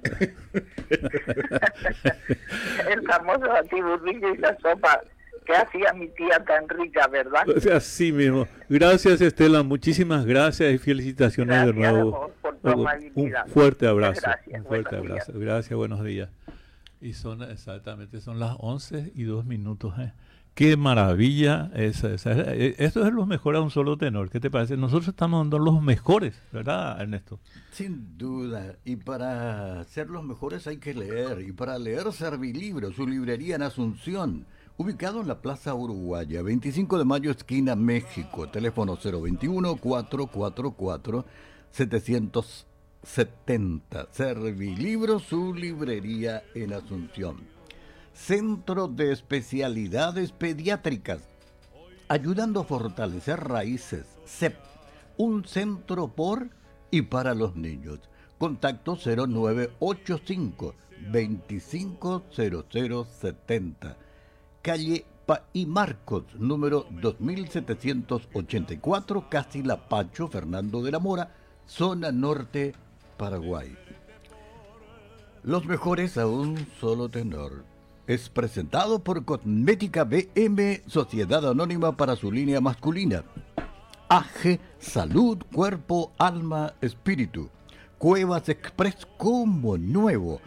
El famoso patiburrillo y la sopa que hacía mi tía tan rica, ¿verdad? Así mismo. Gracias, Estela, muchísimas gracias y felicitaciones Gracias, de nuevo. amor, por tu amabilidad. Un fuerte abrazo. Gracias, Un fuerte buenos abrazo. días. Gracias, buenos días. Y son exactamente, son las once y dos minutos. ¿eh? Qué maravilla esa, esa. Esto es lo mejor a un solo tenor. ¿Qué te parece? Nosotros estamos dando los mejores, ¿verdad, Ernesto? Sin duda. Y para ser los mejores hay que leer. Y para leer, Servilibro, su librería en Asunción, ubicado en la Plaza Uruguaya, veinticinco de mayo, esquina México. Teléfono cero veintiuno, cuatrocientos cuarenta y cuatro, setecientos setenta. Servilibro, su librería en Asunción. Centro de Especialidades Pediátricas, ayudando a fortalecer raíces. C E P, un centro por y para los niños. Contacto cero nueve ochenta y cinco, veinticinco cero cero setenta. Calle Pa y Marcos, número dos mil setecientos ochenta y cuatro, Casi Lapacho, Fernando de la Mora, zona norte, Paraguay. Los mejores a un solo tenor. Es presentado por Cosmética B M, Sociedad Anónima para su línea masculina. A G, Salud, Cuerpo, Alma, Espíritu. Cuevas Express como nuevo.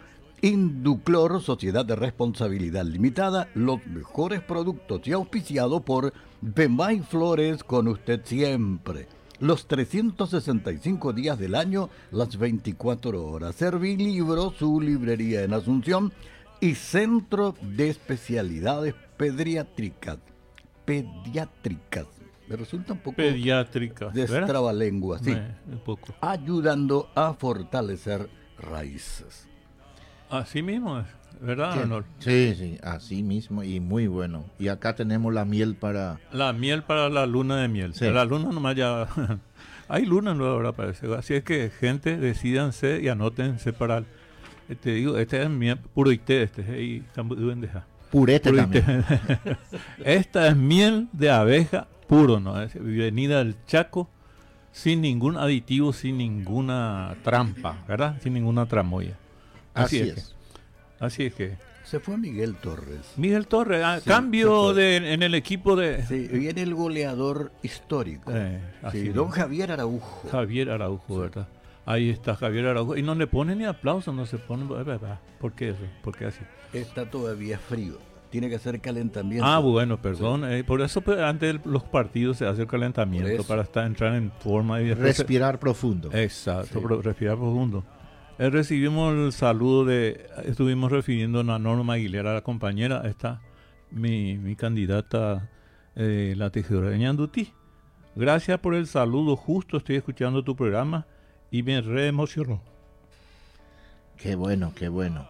Induclor, Sociedad de Responsabilidad Limitada, los mejores productos, y auspiciado por Pemay Flores, con usted siempre. Los trescientos sesenta y cinco días del año, las veinticuatro horas. Servilibro, su librería en Asunción, y Centro de Especialidades Pediátricas. Pediátricas. Me resulta un poco Pediátricas. destrabalengua, sí. Eh, un poco. Ayudando a fortalecer raíces. Así mismo es, ¿verdad, Sí, Arnold? sí, sí, así mismo y muy bueno. Y acá tenemos la miel para... La miel para la luna de miel. Sí. La luna nomás ya... Hay luna nueva ahora, parece. Así es que, gente, decídanse y anótense para... el- eh, Te digo, este es miel puro ité, este es y también deja. Purete Puro también. ité. Esta es miel de abeja puro, ¿no? Es venida del Chaco, sin ningún aditivo, sin ninguna trampa, ¿verdad? Sin ninguna tramoya. Así Así, es. es. que- así es que... Se fue Miguel Torres. Miguel Torres, ah, Sí, cambio se fue. de, en el equipo de... Sí, viene el goleador histórico. Eh, así Sí, es. don Javier Araujo. Javier Araujo, ¿verdad? Ahí está Javier Araujo. Y no le pone ni aplauso, no se pone... ¿Por qué eso? ¿Por qué así? Está todavía frío. Tiene que hacer calentamiento. Ah, bueno, perdón. eh, por eso pues, antes de los partidos se hace el calentamiento Por eso. para estar, entrar en forma y después... se- Respirar profundo. Exacto, Sí. pro- respirar profundo. Eh, recibimos el saludo de... Estuvimos refiriendo a Norma Aguilera, la compañera. Está mi, mi candidata, eh, la tejedora de Ñandutí. Gracias por el saludo. Justo estoy escuchando tu programa y me re emocionó. Qué bueno, qué bueno.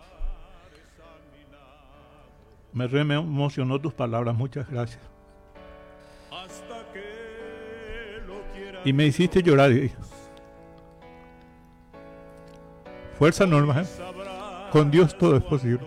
Me re me emocionó tus palabras. Muchas gracias. Hasta que lo quiera. Y me hiciste llorar. y- Fuerza, Norma. ¿eh? Con Dios todo es posible.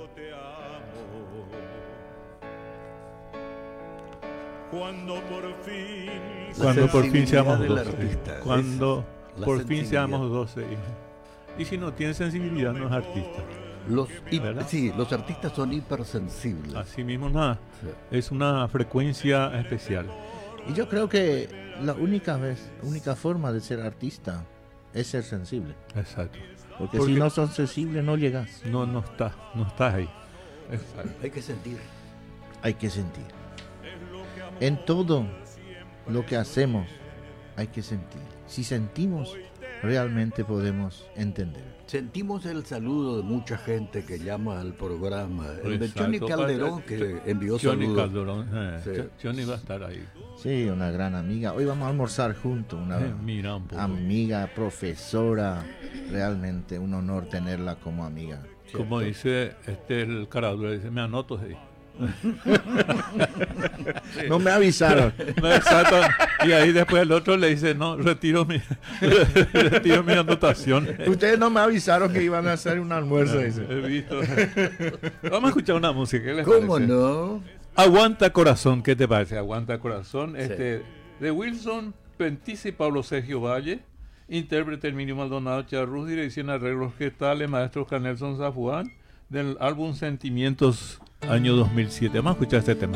Cuando por fin La Cuando por fin sensibilidad seamos del doce. artista, Cuando es la por fin sensibilidad. seamos doce. Y, y si no tiene sensibilidad, no es artista. Los, hi- ¿Verdad? sí, los artistas son hipersensibles. Así mismo, nada. Sí. Es una frecuencia especial. Y yo creo que la única vez, única forma de ser artista es ser sensible. Exacto. Porque, Porque- si no sos sensible no llegas. No, no está, no estás ahí. Exacto. Hay que sentir. Hay que sentir. En todo lo que hacemos hay que sentir. Si sentimos, realmente podemos entender. Sentimos el saludo de mucha gente que llama al programa. El de Exacto. Johnny Calderón, que envió Johnny saludos. Calderón. eh, Sí. Jo- Johnny va a estar ahí. Sí, una gran amiga. Hoy vamos a almorzar juntos. Una Eh, mira un poco. amiga, profesora. Realmente un honor tenerla como amiga. Como dice este el caradura, dice, me anoto ahí. No me avisaron. No, exacto. Y ahí después el otro le dice, no, retiro mi, retiro mi anotación. Ustedes no me avisaron que iban a hacer un almuerzo. dice. He visto. Vamos a escuchar una música. ¿Qué les ¿Cómo parece? no? Aguanta Corazón, ¿qué te parece? Aguanta Corazón, este, de Wilson Pentice y Pablo Sergio Valle, intérprete Emilio Maldonado Charrús, dirección arreglos orquestales, maestro Canelson Zafuán, del álbum Sentimientos, año dos mil siete. Vamos a escuchar este tema.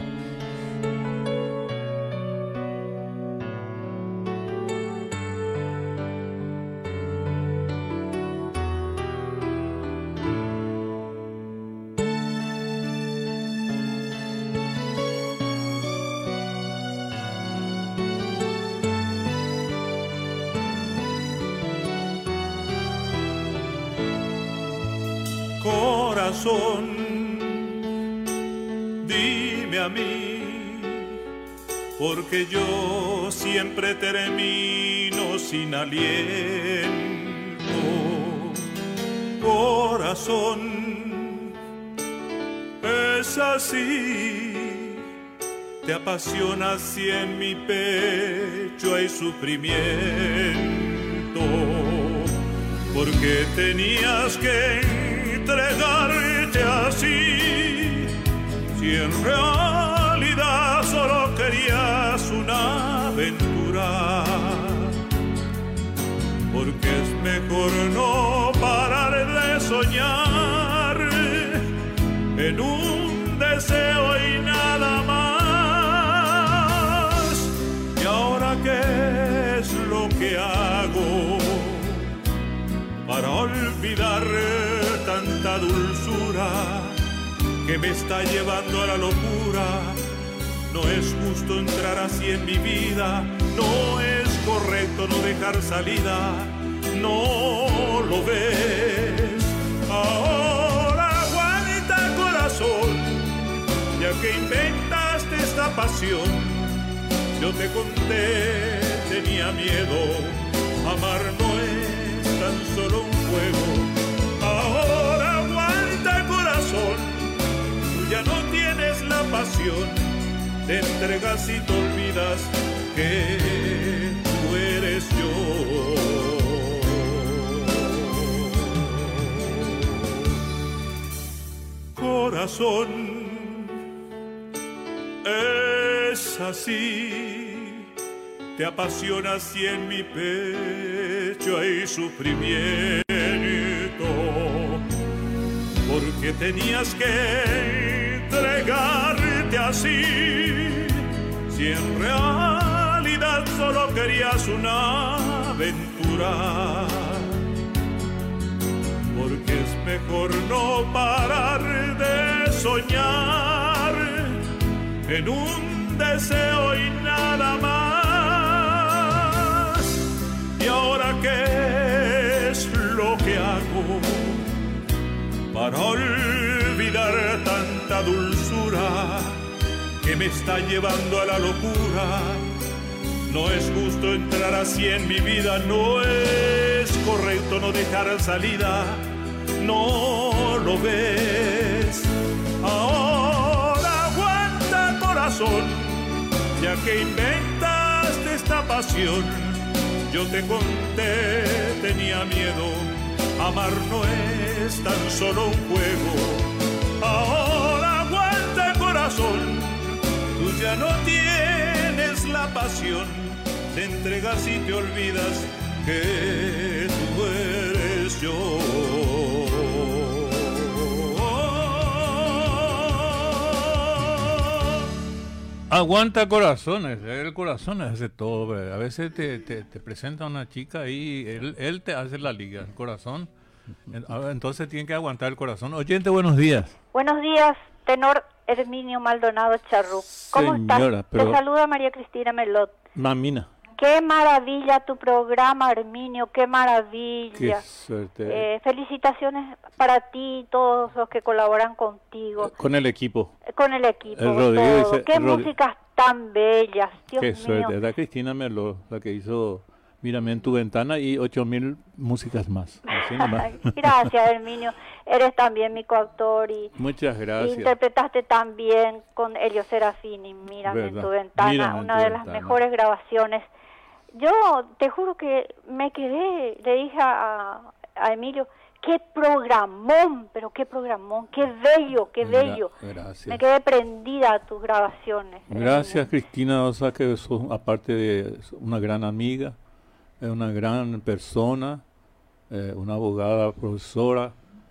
Corazón, dime a mí, porque yo siempre termino sin aliento. Corazón, es así, te apasiona si en mi pecho hay sufrimiento. Porque tenías que entregarte así, si en realidad solo querías una aventura. Porque es mejor no parar de soñar en un deseo y nada más. ¿Y ahora qué es lo que hago para olvidar tanta dulzura que me está llevando a la locura? No es justo entrar así en mi vida, no es correcto no dejar salida, no lo ves. Ahora aguanta corazón, ya que inventaste esta pasión. Yo te conté, tenía miedo, amar no es tan solo un juego. Ahora aguanta corazón, tú ya no tienes la pasión. Te entregas y te olvidas que tú eres yo. Corazón, es así, te apasionas y en mi pecho hay sufrimiento, porque tenías que entregarte así, si en realidad solo querías una aventura, porque es mejor no parar de soñar en un deseo y nada más. Y ahora qué es lo que hago para olvidar tanta dulzura que me está llevando a la locura. No es justo entrar así en mi vida, no es correcto no dejar salida, no lo ves. Ahora aguanta corazón, ya que inventaste esta pasión. Yo te conté, tenía miedo, amar no es tan solo un juego. Ahora aguanta corazón, tú ya no tienes la pasión, te entregas y te olvidas que tú eres yo. Aguanta corazones, el corazón hace todo. ¿Verdad? A veces te, te, te presenta una chica y él, él te hace la liga, el corazón. Entonces tiene que aguantar el corazón. Oyente, buenos días. Buenos días, tenor Herminio Maldonado Charrú. ¿Cómo Señora, estás? pero... Te saluda María Cristina Melot. Mamina. Qué maravilla tu programa, Herminio, qué maravilla. Qué suerte. Eh, felicitaciones para ti y todos los que colaboran contigo. Con el equipo. Con el equipo. El Rodrigo todo. dice, Qué el Rod... músicas tan bellas, Dios qué mío. suerte. Era Cristina Merlo la que hizo Mírame en tu ventana y ocho mil músicas más. Así nomás. Gracias, Herminio. Eres también mi coautor y muchas gracias. Interpretaste también con Elio Serafini, Mírame ¿verdad? en tu ventana, Mírame una tu de ventana. las mejores grabaciones. Yo te juro que me quedé, le dije a, a Emilio, qué programón, pero qué programón, qué bello, qué bello. Gracias. Me quedé prendida a tus grabaciones. Gracias, Herminio. Cristina, o sea que sos, aparte de una gran amiga, es una gran persona, eh, una abogada, profesora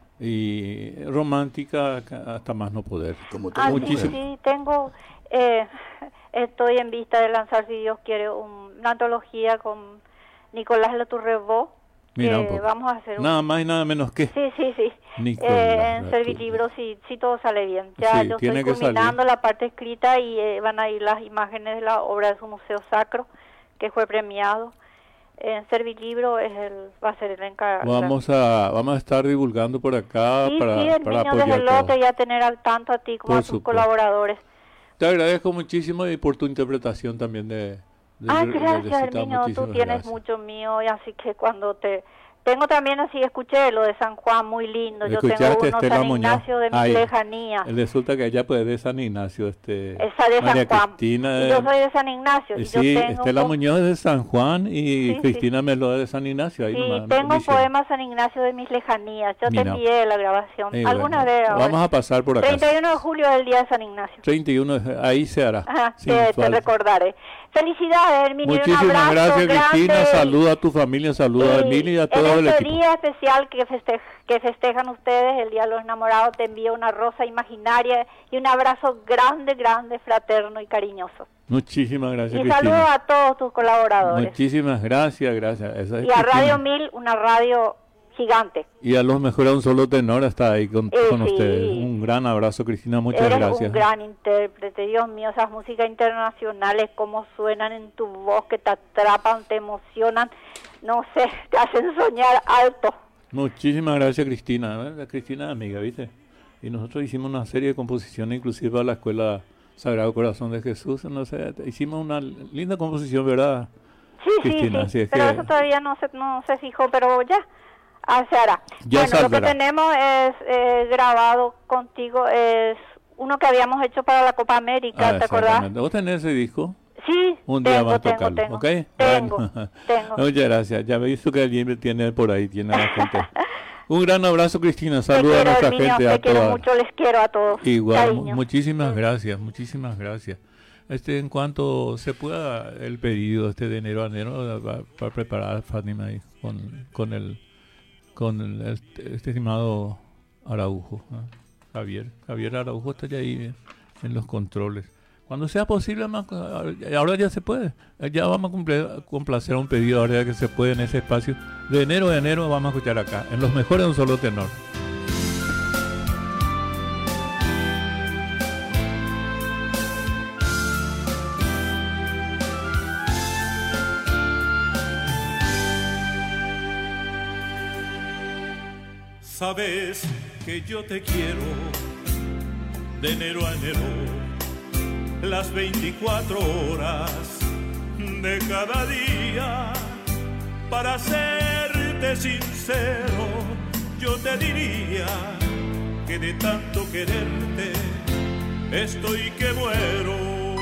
y romántica hasta más no poder. Como Ah, todo sí, muchísimo. sí, tengo, eh, estoy en vista de lanzar, si Dios quiere, un- una antología con Nicolás Laturrebó, Mira un que poco. vamos a hacer un... Nada más y nada menos que Sí, sí, sí. Nicolás Eh, en Laturrebó. Servilibro, si, si todo sale bien. Ya Sí, yo tiene estoy que culminando salir. la parte escrita y eh, van a ir las imágenes de la obra de su Museo Sacro, que fue premiado. En Servilibro es el, va a ser el encargado. Vamos a vamos a estar divulgando por acá Sí, para, sí, el para niño de apoyar Velote todo. ya tener al tanto a ti como Por a tus supuesto. colaboradores. Te agradezco muchísimo y por tu interpretación también de, de Ah, de- gracias, de Recita, Herminio, tú muchísimas tienes gracias. mucho mío, y así que cuando te... Tengo también, así escuché lo de San Juan, muy lindo. Yo tengo ¿Escuchaste, uno Estela San Muñoz? Ignacio de mis Ay, lejanías. Resulta que allá pues de San Ignacio, este Esa de María San Juan. Cristina, Y yo soy de San Ignacio. eh, Y sí, yo tengo Estela un po- Muñoz es de San Juan y Sí, Cristina Meló es de San Ignacio. Ahí Sí, nomás, tengo un dice. poema San Ignacio de mis lejanías. Yo Mira. te envié la grabación. Eh, Alguna bueno, vez ahora. vamos a pasar por acá. treinta y uno de julio es el día de San Ignacio. treinta y uno, ahí se hará. Ajá, sin te, te falta. recordaré. Felicidades, Herminio. y un Muchísimas abrazo gracias, Cristina. grande. Saluda a tu familia, saluda a Y Emilia y a todo en el este equipo. día especial que, feste- que festejan ustedes, el Día de los Enamorados, te envío una rosa imaginaria y un abrazo grande, grande, fraterno y cariñoso. Muchísimas gracias, Y saludos Cristina. a todos tus colaboradores. Muchísimas gracias, gracias. Esa es Y a Cristina. Radio Mil, una radio gigante. Y a los mejores un solo tenor está ahí con, Eh, con sí. ustedes. Un gran abrazo, Cristina, muchas Eres gracias. un gran intérprete, Dios mío, esas músicas internacionales, cómo suenan en tu voz, que te atrapan, te emocionan, no sé, te hacen soñar alto. Muchísimas gracias, Cristina. La Cristina es amiga, ¿viste? Y nosotros hicimos una serie de composiciones, inclusive para la Escuela Sagrado Corazón de Jesús. No sé, hicimos una linda composición, ¿verdad, Sí, Cristina? sí, Así sí, es pero que eso todavía no se, no se fijó, pero ya ah, se hará. Ya bueno, lo saldrá. que tenemos es eh, grabado contigo, es uno que habíamos hecho para la Copa América, Ah, ¿te acordás? exactamente. ¿Vos tenés ese disco? Sí, Un día tengo, más tengo, tocarlo, tengo, ¿ok? tengo, Bueno. tengo. Muchas gracias. Ya me he visto que alguien me tiene por ahí, tiene a la gente. Un gran abrazo, Cristina. Te Saludos a quiero, nuestra Herminio, gente, te a quiero todas. mucho, les quiero a todos. Igual, mu- Cariño. muchísimas gracias, muchísimas gracias. Este, en cuanto se pueda el pedido este de enero a enero va- para preparar a Fátima ahí con, con el con el, este, este estimado Araujo, ¿ah? Javier, Javier Araujo está ya ahí en los controles. Cuando sea posible, más, ahora ya se puede. Ya vamos a cumplir, complacer a un pedido ahora que se puede en ese espacio. De enero a enero vamos a escuchar acá, en los mejores de un solo tenor. Sabes que yo te quiero de enero a enero, las veinticuatro horas de cada día. Para serte sincero, yo te diría que de tanto quererte estoy que muero.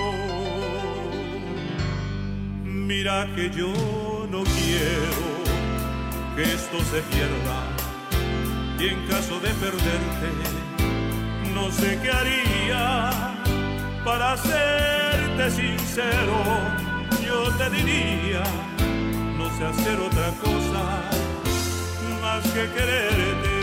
Mira que yo no quiero que esto se pierda, y en caso de perderte, no sé qué haría. Para serte sincero, yo te diría, no sé hacer otra cosa más que quererte.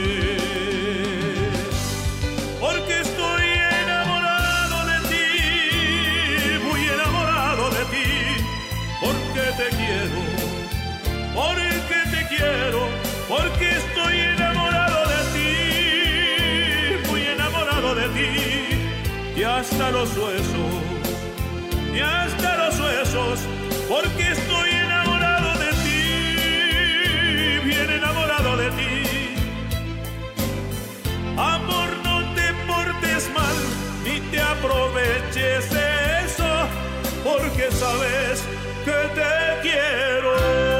Porque estoy enamorado de ti, muy enamorado de ti. Porque te quiero, porque te quiero, porque estoy enamorado de ti, muy enamorado de ti, y hasta los huesos, y hasta los huesos, porque estoy enamorado de ti, bien enamorado de ti. Amor, no te portes mal, ni te aproveches de eso, porque sabes que te quiero.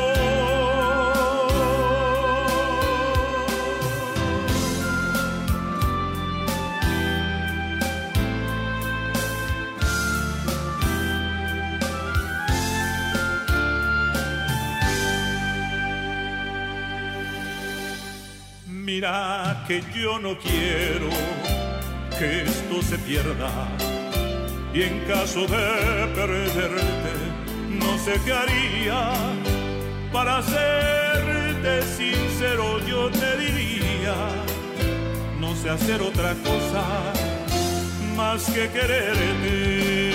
Mira que yo no quiero que esto se pierda, y en caso de perderte, no sé qué haría. Para serte sincero, yo te diría, no sé hacer otra cosa más que quererte.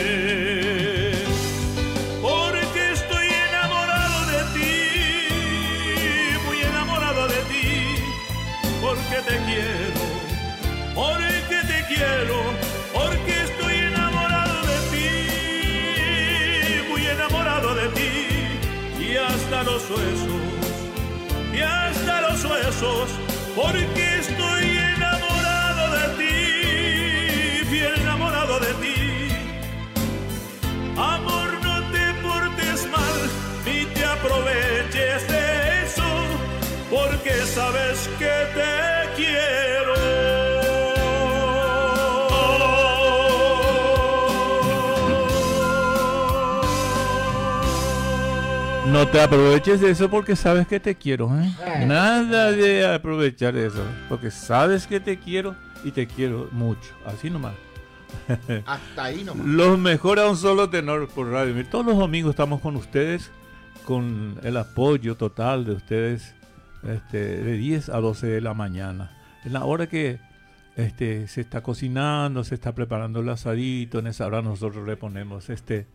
Porque estoy enamorado de ti, muy enamorado de ti. Porque te quiero, porque te quiero, porque estoy enamorado de ti, muy enamorado de ti, y hasta los huesos, y hasta los huesos, porque estoy enamorado de ti, bien enamorado de ti. Amor, no te portes mal, ni te aproveches de eso, porque sabes que te quiero. No te aproveches de eso porque sabes que te quiero, ¿eh? Nada de aprovechar de eso, porque sabes que te quiero y te quiero mucho, así nomás. Hasta ahí nomás. Los mejores a un solo tenor por Radio Mir. Todos los domingos estamos con ustedes, con el apoyo total de ustedes, este, de diez a doce de la mañana. En la hora que este, se está cocinando, se está preparando el asadito, en esa hora nosotros le ponemos este,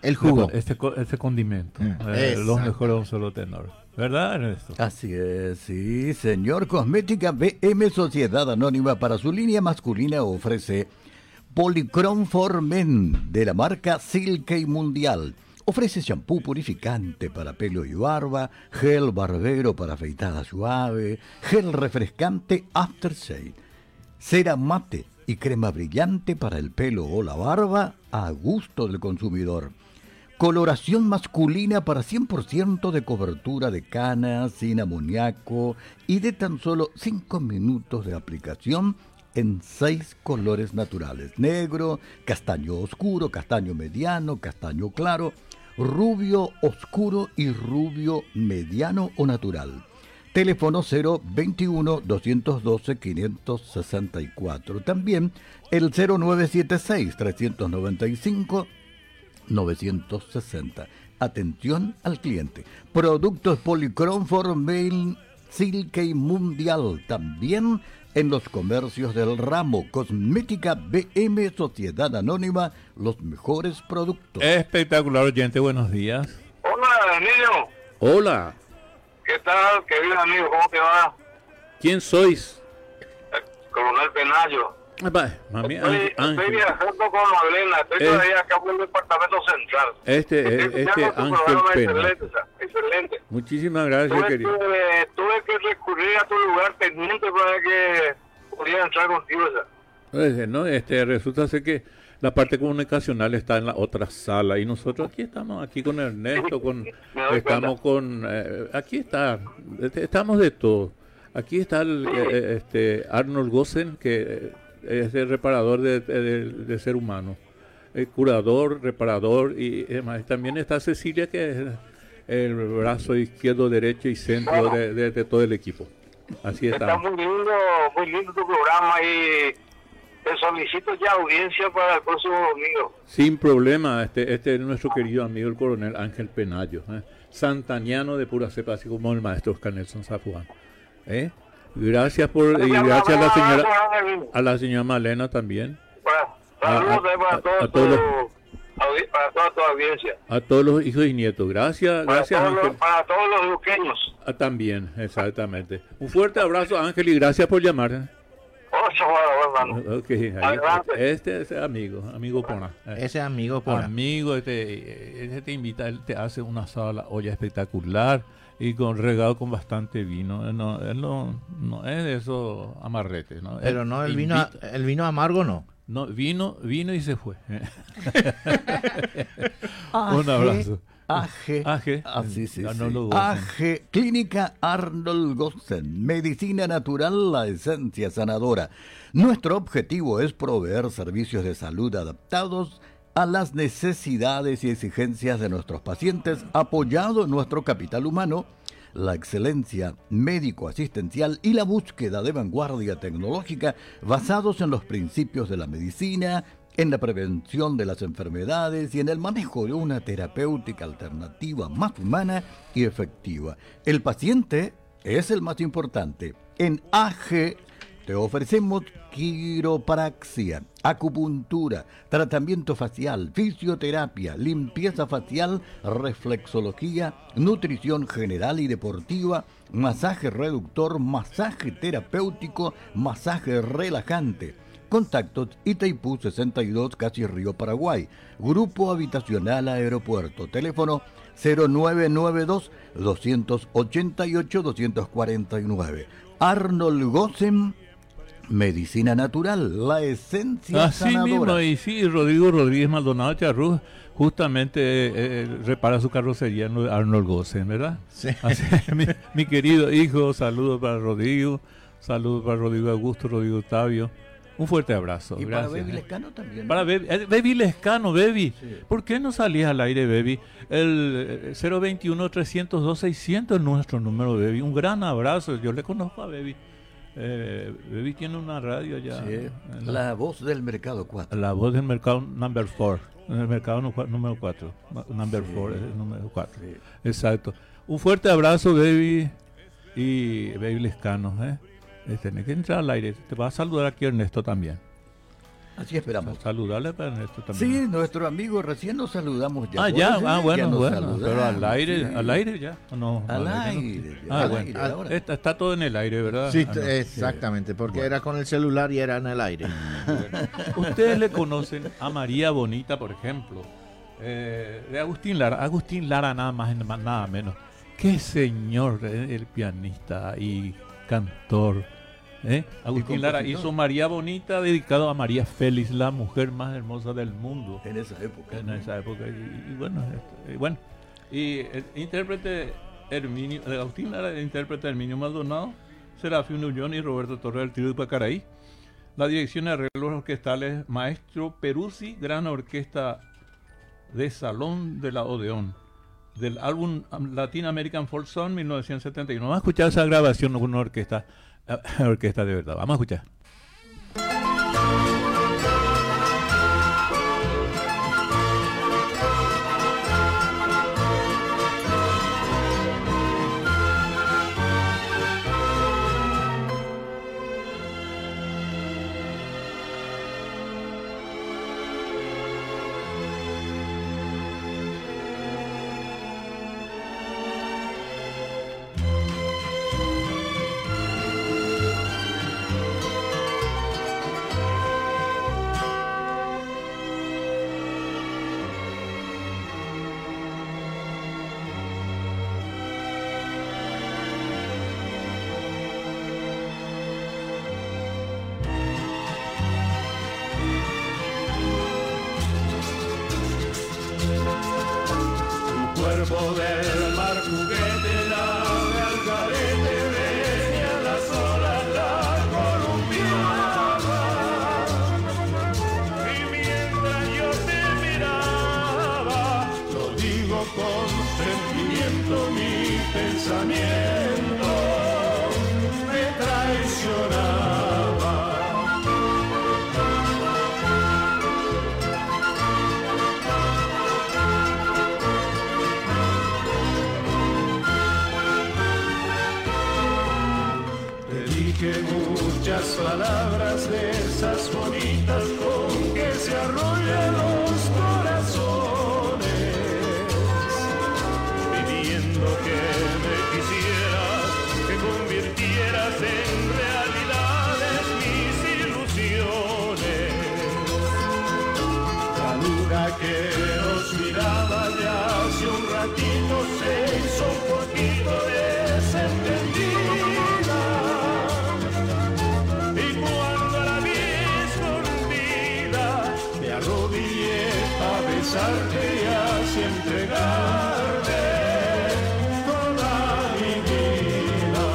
El jugo. Este, este condimento. Mm, eh, los exacto. mejores de un solo tenor. ¿Verdad, Ernesto? Así es, sí, señor. Cosmética B M Sociedad Anónima para su línea masculina ofrece Policrom for Men de la marca Silkei Mundial. Ofrece shampoo purificante para pelo y barba, gel barbero para afeitada suave, gel refrescante aftershave, cera mate y crema brillante para el pelo o la barba a gusto del consumidor. Coloración masculina para cien por ciento de cobertura de canas, sin amoníaco y de tan solo cinco minutos de aplicación en seis colores naturales: negro, castaño oscuro, castaño mediano, castaño claro, rubio oscuro y rubio mediano o natural. Teléfono cero veintiuno, doscientos doce, quinientos sesenta y cuatro. También el cero nueve siete seis, trescientos noventa y cinco, novecientos sesenta. Atención al cliente. Productos Policrom for Men Silkei Mundial. También en los comercios del ramo. Cosmética B M Sociedad Anónima. Los mejores productos. Espectacular, oyente. Buenos días. Hola, Emilio. Hola. ¿Qué tal, querido amigo? ¿Cómo te va? ¿Quién sois? El coronel Penayo. Ah, va, mami, Estoy, Ángel. estoy viajando con Magdalena. Estoy Eh. todavía acá por el departamento central. Este, Estoy eh, este escuchando tu Ángel programa Pena. excelente, o sea, excelente. Muchísimas gracias, Tuve querido. que, tuve que recurrir a tu lugar pendiente para que pudiera entrar contigo. O sea. Pues, no, este, resulta ser que la parte comunicacional está en la otra sala y nosotros aquí estamos, aquí con Ernesto, con, Me doy estamos con, eh, aquí está, este, estamos de todo. Aquí está el, eh, este Arnold Gossen, que es el reparador de, de, de ser humano, el curador, reparador, y además también está Cecilia, que es el brazo izquierdo, derecho y centro de, de, de todo el equipo. Así Está estamos. muy lindo, muy lindo tu programa y te solicito ya audiencia para el próximo domingo. Sin problema, este, este es nuestro querido amigo el coronel Ángel Penayo, ¿eh? Santaniano de pura cepa, así como el maestro Oscar Nelson Zafuán. ¿Eh? Gracias por, y gracias a la señora, a la señora Malena también. Para, A- saludos a- para, a- todo a tu- todos los- audi- para toda tu audiencia. A todos los hijos y nietos. Gracias, Para, gracias todos los, Ángel. para todos los duqueños. Ah, también, exactamente. Un fuerte abrazo, Ángel, y gracias por llamar. ¿eh? Ocho horas, hermano. Ok, ahí, Adelante. este es amigo, amigo Pona. Eh. Ese amigo por Amigo, este, este te invita, él te hace una sala olla espectacular y con regado con bastante vino. Él no, él no, no es de esos amarretes, ¿no? Pero Él no, el vino, invita- el vino amargo no. No, vino, vino y se fue. Un abrazo. A G. A G. Así sí, Ah, sí. no lo gocen. A G. Clínica Arnold Gossen. Medicina natural, la esencia sanadora. Nuestro objetivo es proveer servicios de salud adaptados a las necesidades y exigencias de nuestros pacientes, apoyado en nuestro capital humano, la excelencia médico-asistencial y la búsqueda de vanguardia tecnológica basados en los principios de la medicina, en la prevención de las enfermedades y en el manejo de una terapéutica alternativa más humana y efectiva. El paciente es el más importante. En A G te ofrecemos quiropraxia, acupuntura, tratamiento facial, fisioterapia, limpieza facial, reflexología, nutrición general y deportiva, masaje reductor, masaje terapéutico, masaje relajante. Contactos Itaipú sesenta y dos, casi Río Paraguay. Grupo Habitacional Aeropuerto. Teléfono cero nueve nueve dos, dos ocho ocho, dos cuatro nueve. Arnold Gossen, Medicina Natural, la esencia Así sanadora. mismo, y sí, Rodrigo Rodríguez Maldonado Charrúa justamente eh, eh, repara su carrocería en Arnold Gossen, ¿verdad? Sí. Así, mi, mi querido hijo, saludos para Rodrigo, saludos para Rodrigo Augusto, Rodrigo Octavio. Un fuerte abrazo. Y gracias. para Baby eh. Lescano también. Para Baby, eh, Baby Lescano, Baby. Sí. ¿Por qué no salías al aire, Baby? El eh, cero veintiuno, trescientos dos, seiscientos es nuestro número, Baby. Un gran abrazo. Yo le conozco a Baby. Eh, Baby tiene una radio ya. Sí, en la, la voz del mercado cuatro. la voz del mercado number four. En el mercado nu- número cuatro. Number Sí. four es el número cuatro. Sí. Exacto. Un fuerte abrazo, Baby. Y Baby Lescano, ¿eh? Eh, Tenés que entrar al aire. Te va a saludar aquí Ernesto también. Así esperamos. Saludarle para Ernesto también. Sí, nuestro amigo, recién nos saludamos ya. Ah, ya, ah, bueno, ya bueno, pero al aire, sí. al aire ya. No, al, al aire. aire no. Ah, al bueno, aire al, está, está todo en el aire, ¿verdad? Sí, ah, no. exactamente, porque bueno. Era con el celular y era en el aire. Bueno. Ustedes le conocen a María Bonita, por ejemplo, eh, de Agustín Lara. Agustín Lara nada más, nada menos. Qué señor, eh, el pianista y cantor. ¿Eh? Agustín Lara hizo María Bonita, dedicado a María Félix, la mujer más hermosa del mundo. En esa época. En ¿no? esa época. Y, y bueno, y bueno. Y el intérprete Herminio, Agustín Lara, el intérprete Herminio Maldonado, Serafín Ullón y Roberto Torres del Trío de Pacaraí. La dirección de arreglos orquestales, Maestro Peruzzi, gran orquesta de Salón de la Odeón, del álbum Latin American Folk Song mil novecientos setenta y uno. Vamos a escuchar esa grabación con una orquesta. Orquesta de verdad. Vamos a escuchar. Del mar juguete, nave al carete, venía las olas, la columpiaba. Y mientras yo te miraba, lo digo con sentimiento, mi pensamiento me traicionaba. Muchas palabras de esas bonitas con que se arrollan los corazones, pidiendo que me quisieras, que convirtieras en realidades mis ilusiones. La luna que nos miraba ya hace un ratito se hizo un poquito desentendida. Besarte y así entregarte toda mi vida.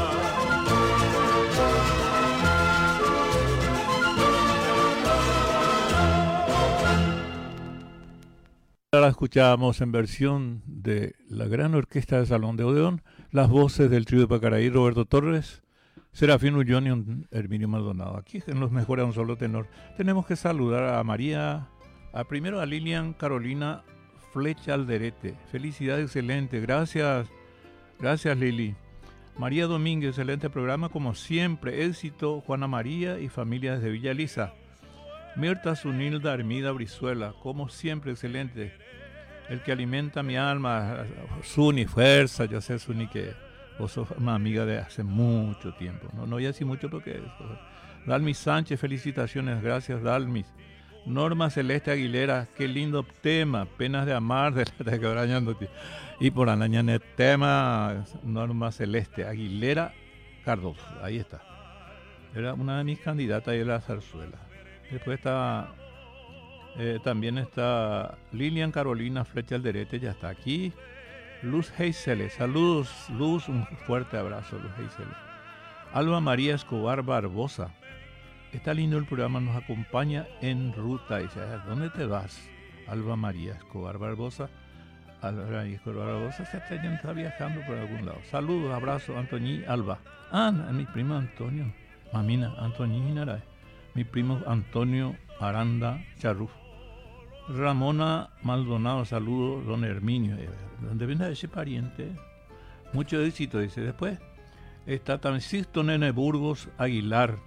Ahora escuchábamos en versión de la gran orquesta de Salón de Odeón las voces del trío de Pacaraí, Roberto Torres, Serafín Ullón y un Herminio Maldonado. Aquí en Los Mejores a un Solo Tenor tenemos que saludar a María. A primero a Lilian Carolina Flecha Alderete. Felicidad, excelente. Gracias. Gracias, Lili. María Domínguez, excelente programa, como siempre. Éxito, Juana María y familia desde Villa Elisa. Mirta Zunilda Armida Brizuela, como siempre, excelente. El que alimenta mi alma, Zuni, fuerza. Yo sé, Zuni, que vos sos una amiga de hace mucho tiempo. No, no voy a decir mucho porque... Dalmis Sánchez, felicitaciones. Gracias, Dalmis. Norma Celeste Aguilera, qué lindo tema, Penas de Amar, de la que y por el tema, Norma Celeste Aguilera Cardoso, ahí está. Era una de mis candidatas y de la zarzuela. Después está, eh, también está Lilian Carolina Flecha Alderete, ya está aquí. Luz Heiseles, saludos, Luz, un fuerte abrazo, Luz Heiseles. Alba María Escobar Barbosa. Está lindo el programa, nos acompaña en ruta. Y dice, ¿dónde te vas? Alba María Escobar Barbosa. Alba María Escobar Barbosa se está, está viajando por algún lado. Saludos, abrazos, Antoní Alba. Ah, mi primo Antonio. Mamina, Antoní Naray. Mi primo Antonio Aranda Charruf. Ramona Maldonado, saludos, don Herminio. ¿Dónde viene ese pariente? Mucho éxito, dice. Después está también Sisto Nene Burgos Aguilar.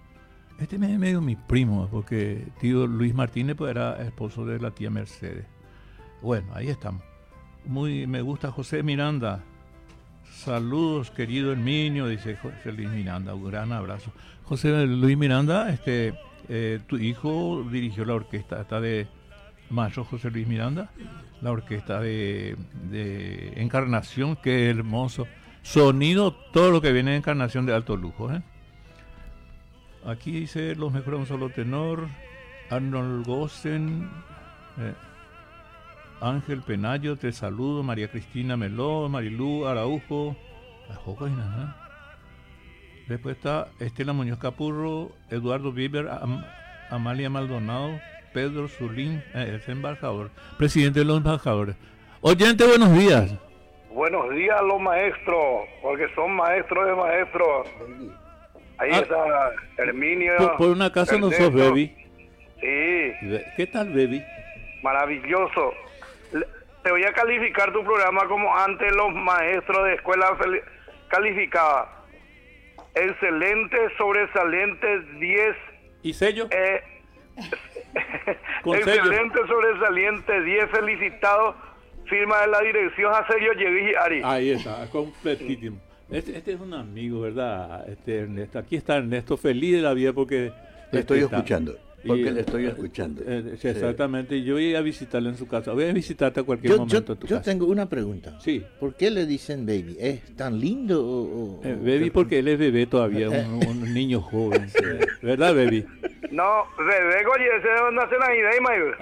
Este es medio mi primo, porque tío Luis Martínez pues, era esposo de la tía Mercedes. Bueno, ahí estamos. Muy, me gusta José Miranda. Saludos, querido Herminio, dice José Luis Miranda. Un gran abrazo. José Luis Miranda, este, eh, tu hijo dirigió la orquesta, está de maestro José Luis Miranda, la orquesta de, de Encarnación, qué hermoso. Sonido, todo lo que viene de Encarnación de alto lujo, ¿eh? Aquí dice los mejores un solo tenor, Arnold Gossen, eh, Ángel Penayo, te saludo, María Cristina Meló, Marilú Araujo, ¿eh? Después está Estela Muñoz Capurro, Eduardo Bieber, Am, Amalia Maldonado, Pedro Zulín, eh, es embajador, presidente de los embajadores. Oyente, buenos días. Buenos días a los maestros, porque son maestros de maestros. Ahí ah, está Herminio. Por, por una casa no sos Baby. Sí. ¿Qué tal, Baby? Maravilloso. Te voy a calificar tu programa como antes los maestros de escuela calificaban. Excelente, sobresaliente, diez. ¿Y sello? Eh, excelente, sello. Sobresaliente, diez, felicitado. Firma de la dirección a Sergio Yeguí Ari. Ahí está, completísimo. Este, este es un amigo, ¿verdad? Este Ernesto. Aquí está Ernesto, feliz de la vida porque... Le estoy está. escuchando. Porque y, le estoy escuchando. Eh, sí, exactamente. Sí. Yo voy a visitarle en su casa. Voy a visitarte a cualquier yo, momento yo, en tu yo casa. Yo tengo una pregunta. Sí. ¿Por qué le dicen baby? ¿Es tan lindo o...? o eh, baby porque él es bebé todavía, un, un niño joven. Sí. ¿Verdad, Baby? No, bebé, oye, ese es donde nace la idea, Mayo.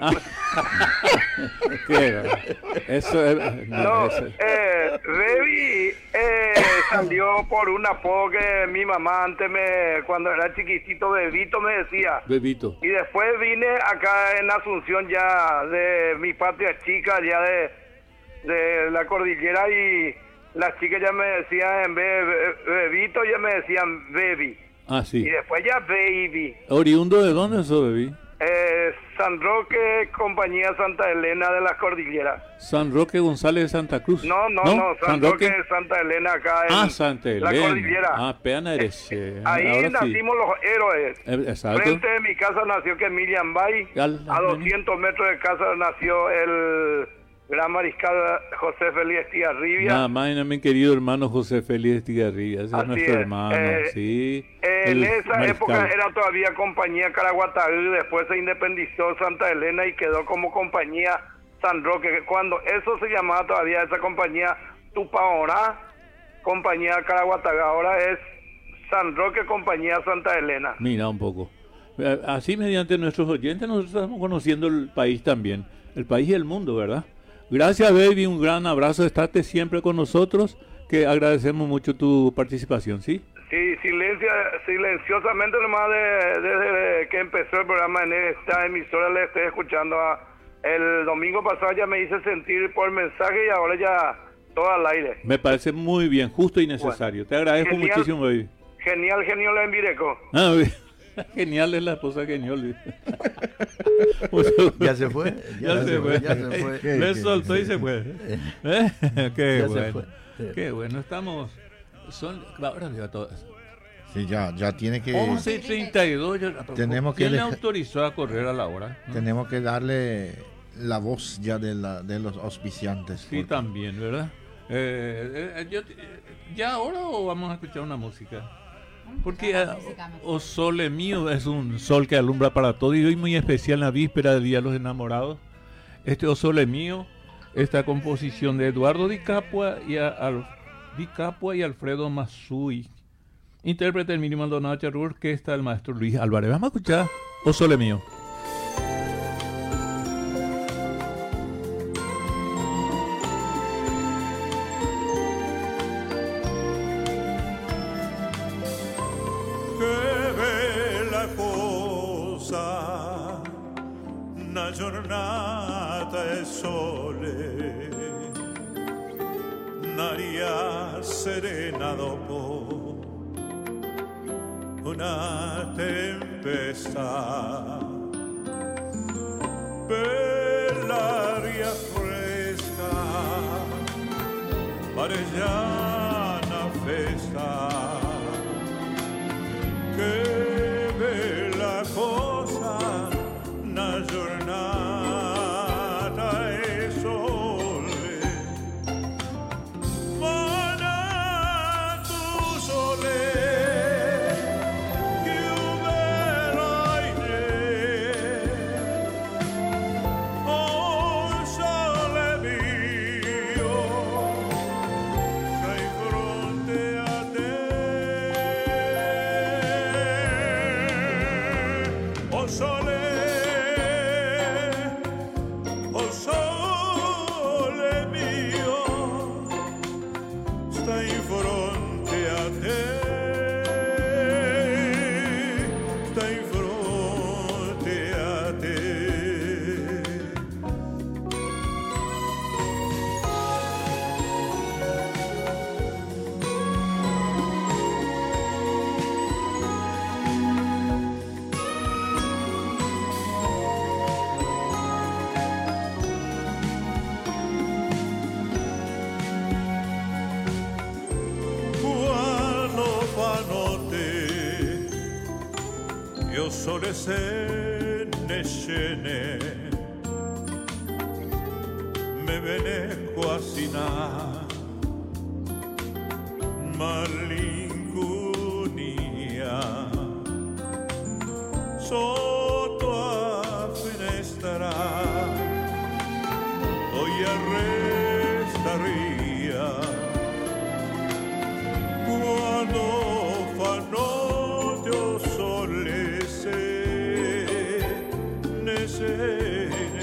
¿Qué? Eso es... No, no eso. eh, Baby eh, salió por un apodo que mi mamá antes, me cuando era chiquitito, Bebito, me decía. Bebito. Y después vine acá en Asunción ya de mi patria chica, ya de, de la cordillera, y las chicas ya me decían en vez de Bebito, ya me decían Baby. Ah, sí. Y después ya Baby. ¿Oriundo de dónde sos, Baby? Eh, San Roque, Compañía Santa Elena de las Cordilleras. San Roque González de Santa Cruz. No, no, no, no San, San Roque de Santa Elena acá en ah, Santa Elena. La Cordillera. Ah, pena eres. Eh, ahí ahora nacimos sí. Los héroes. Eh, exacto. Frente de mi casa nació Kemilian Bay. Al, a doscientos metros de casa nació el gran mariscal José Félix Estigarribia. Nada más, mi querido hermano José Félix Estigarribia. Ese Así es nuestro es. hermano, eh, sí. Eh, en esa mariscal. época era todavía compañía Caraguatagü, después se independizó Santa Elena y quedó como compañía San Roque. Cuando eso se llamaba todavía esa compañía Tupaorá, compañía Caraguatagü, ahora es San Roque, compañía Santa Elena. Mira un poco. Así mediante nuestros oyentes nosotros estamos conociendo el país también, el país y el mundo, ¿verdad? Gracias, Baby, un gran abrazo, estate siempre con nosotros, que agradecemos mucho tu participación, ¿sí? Sí, silencia, silenciosamente nomás desde de, de que empezó el programa en esta emisora le estoy escuchando. A, el domingo pasado ya me hice sentir por mensaje y ahora ya todo al aire. Me parece muy bien, justo y necesario. Bueno, te agradezco genial, muchísimo, Baby. Genial, genial la envireco. Ah, genial es la esposa genial. Ya se fue. Ya, ya se, se fue. fue. Ya se fue. Me soltó y se fue. ¿Eh? Qué ya bueno. Fue. Sí. Qué bueno. Estamos. Son. Ahora digo todas. Sí, ya, ya tiene que. once y treinta y dos. Ya, tenemos ¿Quién que le autorizó a correr a la hora? ¿No? Tenemos que darle la voz ya de, la, de los auspiciantes. Sí, porque... también, ¿verdad? Eh, eh, yo, ¿Ya ahora o vamos a escuchar una música? Porque uh, O Sole Mío es un sol que alumbra para todo y hoy muy especial, la víspera del Día de los Enamorados. Este O Sole Mío, esta composición de Eduardo Di Capua y, a, al, Di Capua y Alfredo Masui, intérprete del Mínimo Maldonado Charrúa, orquesta del maestro Luis Álvarez. Vamos a escuchar O Sole Mío. Giornata e sole, un'aria serena dopo una tempesta, per l'aria fresca, parellana festa, che bella sole se ne scene me veneco a Sinà malinconia sotto a finestra hoy arrestaría quando fa notte o sole se ne scene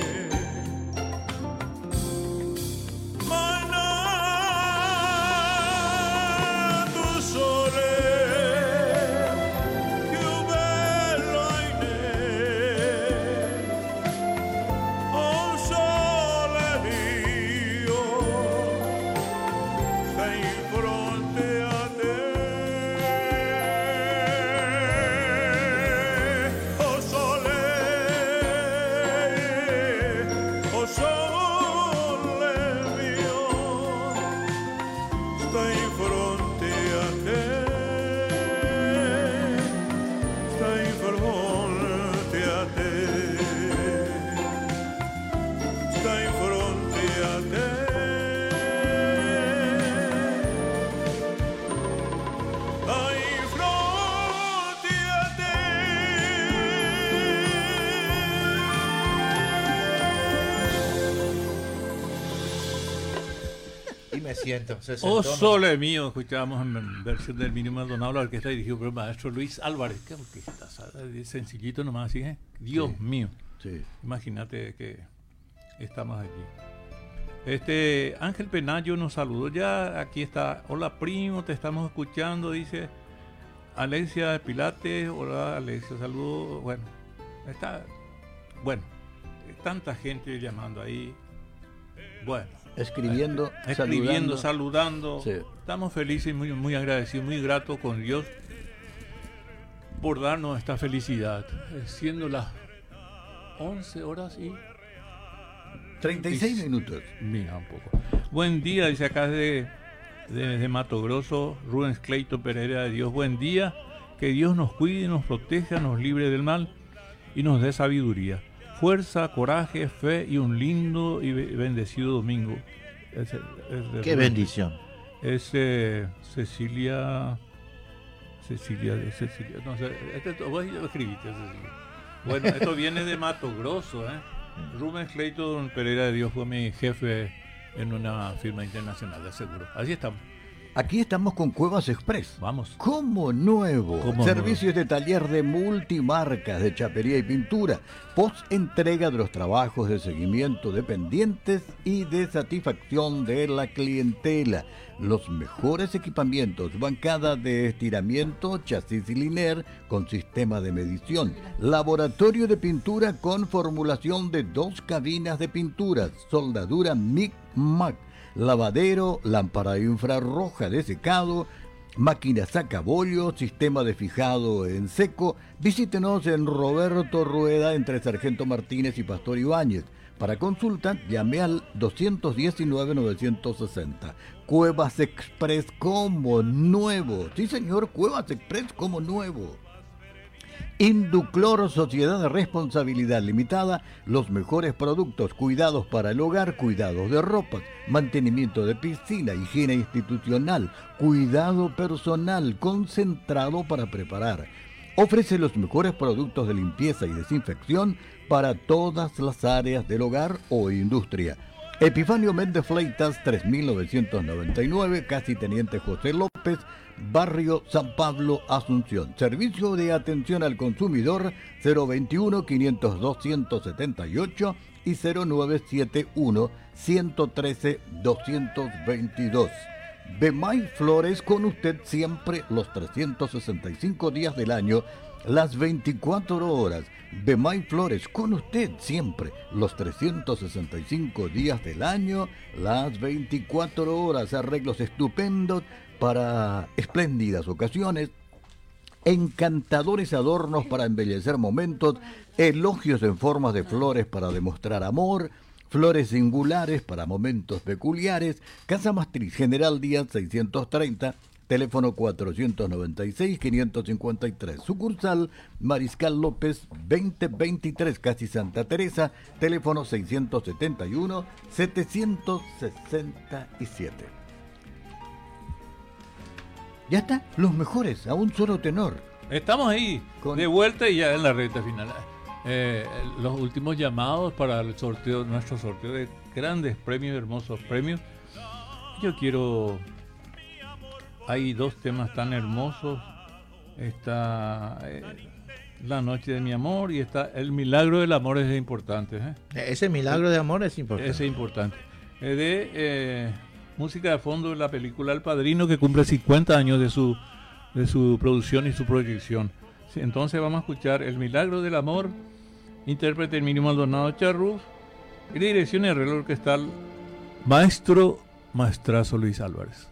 Oh sole mío, escuchábamos en versión del Mínimo Maldonado la orquesta dirigido por el maestro Luis Álvarez. Qué orquesta, ¿sabes? Sencillito nomás, así, ¿eh? Dios sí, mío. Sí. Imagínate que estamos aquí. Este Ángel Penayo nos saludó ya. Aquí está. Hola primo, te estamos escuchando, dice Alexia de Pilates. Hola Alexia, saludos. Bueno, está. Bueno, tanta gente llamando ahí. Bueno. Escribiendo, escribiendo, saludando. Sí. Estamos felices y muy, muy agradecidos, muy gratos con Dios por darnos esta felicidad. Siendo las once horas y treinta y seis minutos. Mira un poco. Buen día, dice acá de, de, de Mato Grosso, Rubens Cleito Pereira de Dios. Buen día, que Dios nos cuide, nos proteja, nos libre del mal y nos dé sabiduría. Fuerza, coraje, fe y un lindo y bendecido domingo. Es, es Qué Rubén. Bendición. Es eh, Cecilia. Cecilia, Cecilia. No sé, este, vos lo escribiste, Cecilia. Bueno, esto viene de Mato Grosso, ¿eh? Rubén Cleito Pereira de Dios fue mi jefe en una firma internacional de seguro. Así estamos. Aquí estamos con Cuevas Express. Vamos. Como nuevo. Como Servicios nuevo. de taller de multimarcas, de chapería y pintura. Post-entrega de los trabajos de seguimiento de pendientes y de satisfacción de la clientela. Los mejores equipamientos. Bancada de estiramiento, chasis y liner con sistema de medición. Laboratorio de pintura con formulación de dos cabinas de pinturas. Soldadura Mic-Mac. Lavadero, lámpara infrarroja de secado, máquina sacabollo, sistema de fijado en seco. Visítenos en Roberto Rueda entre Sargento Martínez y Pastor Ibáñez. Para consulta, llame al dos uno nueve, nueve seis cero. Cuevas Express como nuevo. Sí, señor, Cuevas Express como nuevo. Induclor, sociedad de responsabilidad limitada, los mejores productos, cuidados para el hogar, cuidados de ropa, mantenimiento de piscina, higiene institucional, cuidado personal, concentrado para preparar. Ofrece los mejores productos de limpieza y desinfección para todas las áreas del hogar o industria. Epifanio Méndez Fleitas, tres mil novecientos noventa y nueve, casi Teniente José López, Barrio San Pablo, Asunción. Servicio de atención al consumidor cero veintiuno, quinientos dos, ciento setenta y ocho y cero nueve siete uno, ciento trece, doscientos veintidós. Bemay Flores, con usted siempre los trescientos sesenta y cinco días del año, las veinticuatro horas. Bemay Flores, con usted siempre los trescientos sesenta y cinco días del año, las veinticuatro horas. Arreglos estupendos para espléndidas ocasiones, encantadores adornos para embellecer momentos, elogios en formas de flores para demostrar amor, flores singulares para momentos peculiares. Casa Matriz, General Díaz seiscientos treinta, teléfono cuatrocientos noventa y seis, quinientos cincuenta y tres. Sucursal Mariscal López veinte veintitrés, casi Santa Teresa, teléfono seiscientos setenta y uno, setecientos sesenta y siete. Ya está, los mejores, a un solo tenor. Estamos ahí, Con... de vuelta y ya en la recta final. Eh, los últimos llamados para el sorteo, nuestro sorteo de grandes premios, hermosos premios. Yo quiero... Hay dos temas tan hermosos. Está eh, La Noche de mi Amor y está El Milagro del Amor. Es importante. ¿eh? Ese milagro de amor es importante. Ese es importante. Eh, de eh, música de fondo de la película El Padrino, que cumple cincuenta años de su, de su producción y su proyección. Sí, entonces vamos a escuchar El Milagro del Amor, intérprete Emilio Maldonado Charrús, y dirección y arreglo orquestal Maestro Maestrazo Luis Álvarez.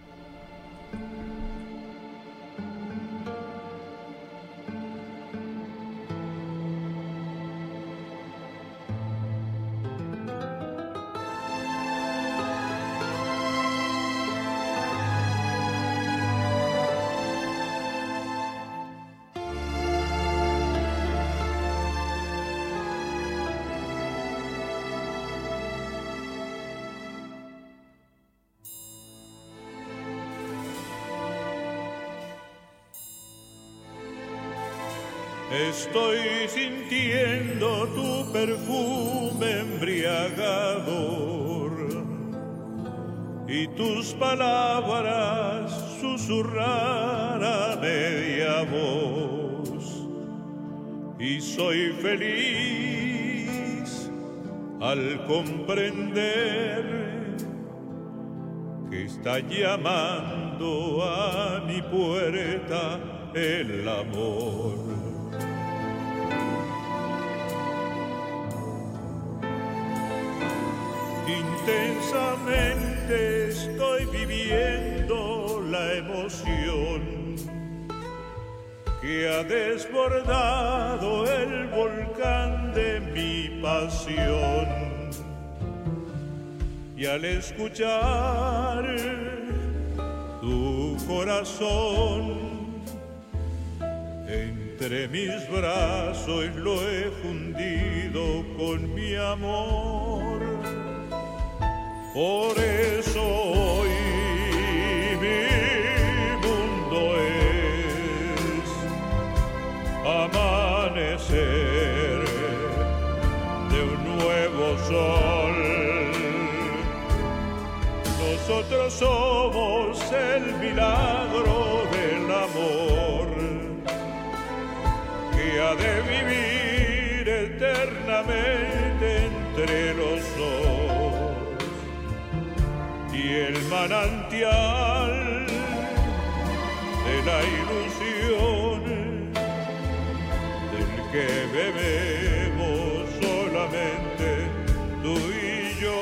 Estoy sintiendo tu perfume embriagador y tus palabras susurrar a media voz, y soy feliz al comprender que está llamando a mi puerta el amor. Intensamente estoy viviendo la emoción que ha desbordado el volcán de mi pasión, y al escuchar tu corazón entre mis brazos lo he fundido con mi amor. Por eso hoy mi mundo es amanecer de un nuevo sol. Nosotros somos el milagro del amor que ha de vivir eternamente entre los dos, y el manantial de la ilusión del que bebemos solamente tú y yo.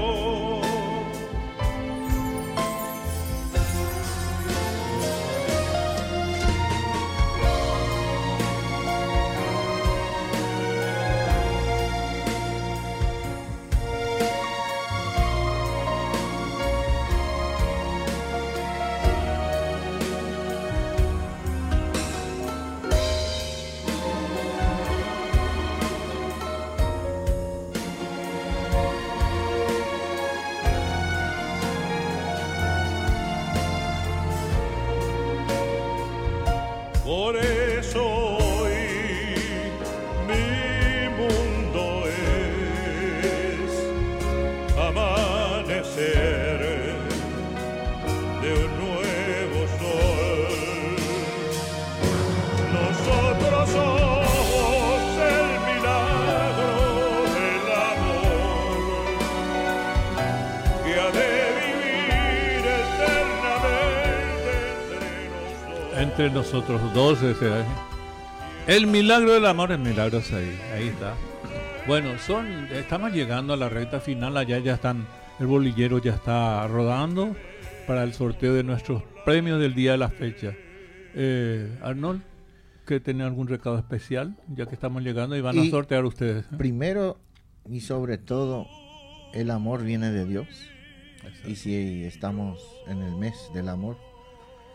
Por eso hoy mi mundo es amanecer de un nuevo sol. Nosotros somos el milagro del amor que ha de vivir eternamente entre nosotros. Entre nosotros dos, ese, el milagro del amor, el milagro es ahí, ahí está. Bueno, son, estamos llegando a la recta final, allá ya están, el bolillero ya está rodando para el sorteo de nuestros premios del día de la fecha. Eh, Arnold, ¿que tiene algún recado especial? Ya que estamos llegando y van y a sortear ustedes. ¿eh? Primero y sobre todo, el amor viene de Dios. Exacto. Y si estamos en el mes del amor,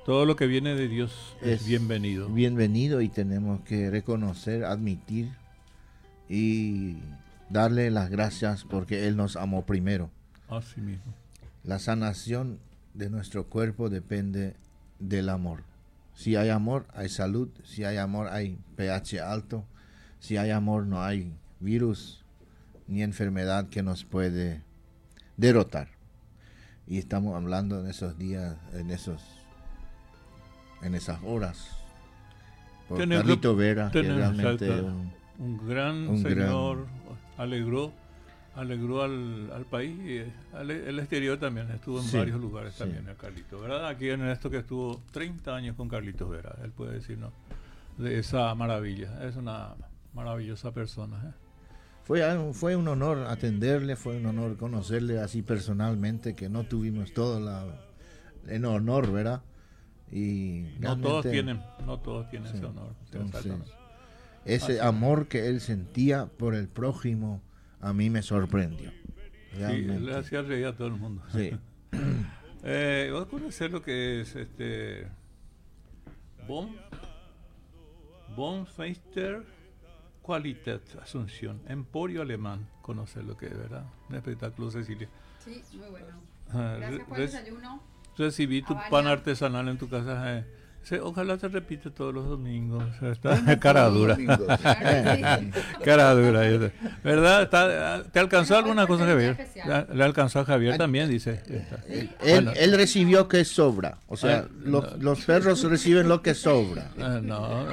todo lo que viene de Dios es, es bienvenido. Bienvenido, y tenemos que reconocer, admitir y darle las gracias porque Él nos amó primero. Así mismo. La sanación de nuestro cuerpo depende del amor. Si hay amor, hay salud. Si hay amor, hay pH alto. Si hay amor, no hay virus ni enfermedad que nos puede derrotar. Y estamos hablando en esos días, en esos, en esas horas, por Tener, Carlito Vera, que tener, realmente exacto, un, un gran un señor, gran... alegró, alegró al, al país y al el exterior también. Estuvo en Sí, varios lugares sí. también, el Carlito, ¿verdad? Aquí en esto que estuvo treinta años con Carlitos Vera, él puede decirnos de esa maravilla. Es una maravillosa persona, ¿eh? Fue, fue un honor atenderle, fue un honor conocerle así personalmente, que no tuvimos todo la, el honor, ¿verdad? Y No todos tienen, no todos tienen sí, ese honor. entonces, ese Así. amor que él sentía por el prójimo a mí me sorprendió. Sí, Realmente. le hacía reír a todo el mundo. Sí. eh, ¿Vos conocés lo que es este Bon Bonfeister Qualität Asunción, Emporio Alemán? Conocer lo que es, ¿verdad? Un espectáculo, Cecilia. Sí, muy bueno. Ah, Gracias por re- el desayuno. Recibí tu Habana. pan artesanal en tu casa. Eh. Se- ojalá se repite todos los domingos. O sea, está cara dura. Claro que sí. Cara dura. yo sé. ¿Verdad? Está- ¿Te alcanzó Pero alguna hoy cosa, fue un día Javier? especial. Le alcanzó a Javier también, dice. Él, Bueno. él recibió que sobra, o sea, Ah, lo- no. los perros reciben lo que sobra. Ah, no.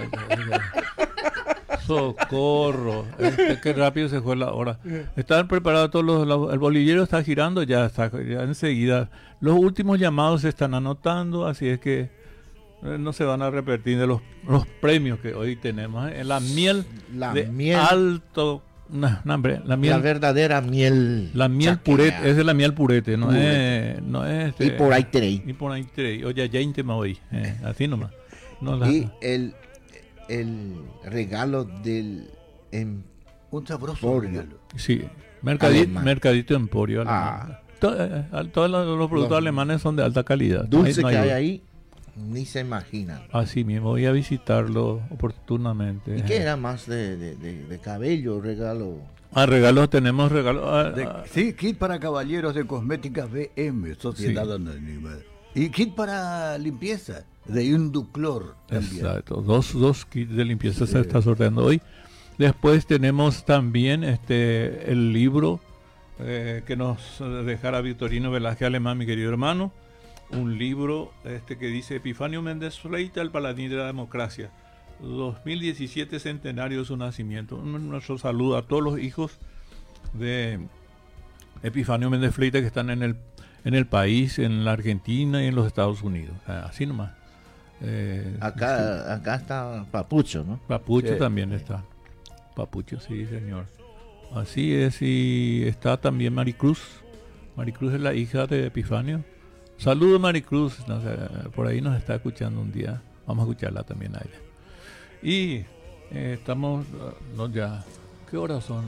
Socorro. Este, qué rápido se fue la hora. Están preparados todos los, los- el bolillero está girando, ya está, ya enseguida. Los últimos llamados se están anotando, así es que eh, no se van a repetir de los, los premios que hoy tenemos. ¿eh? La miel La de miel. alto, no, no, hombre, la miel, La verdadera miel. la miel chaqueña. purete, esa es la miel purete, no Purete. es, no es. Y eh, por ahí tenéis. Y por ahí tenéis. Oye, ya íntimo hoy, eh, así nomás. No, la- Y el, el regalo del em- Un sabroso Emporio. regalo. Sí, mercadito, Alemán. mercadito Emporio. Ah. alemán. To- eh, eh, todos los, los productos Los alemanes son de alta calidad. dulce No hay- que no hay duda. ahí, ni se imaginan. Así mismo, voy a visitarlo oportunamente. ¿Y qué era más de, de, de- de cabello, regalo? Ah, regalos, tenemos regalos. ah, De- ah, sí, kit para caballeros de cosméticas B M, Sociedad Sí. Anónima. Y kit para limpieza de Induclor también. Exacto, dos, dos kits de limpieza se está sorteando hoy. Después tenemos también este el libro eh, que nos dejara Victorino Velázquez Alemán, mi querido hermano. Un libro este que dice Epifanio Méndez Fleita, el paladín de la democracia. dos mil diecisiete centenario de su nacimiento. Un- Nuestro saludo a todos los hijos de Epifanio Méndez Fleita que están en el, en el país, en la Argentina y en los Estados Unidos. Ah, Así nomás. Eh, Acá, acá está Papucho, ¿no? Papucho Sí. también está. Papucho, sí, señor. Así es, y está también Maricruz. Maricruz es la hija de Epifanio. Saludos, Maricruz. No sé, por ahí nos está escuchando un día. Vamos a escucharla también a ella. Y eh, estamos, ah, no ya, ¿qué horas son?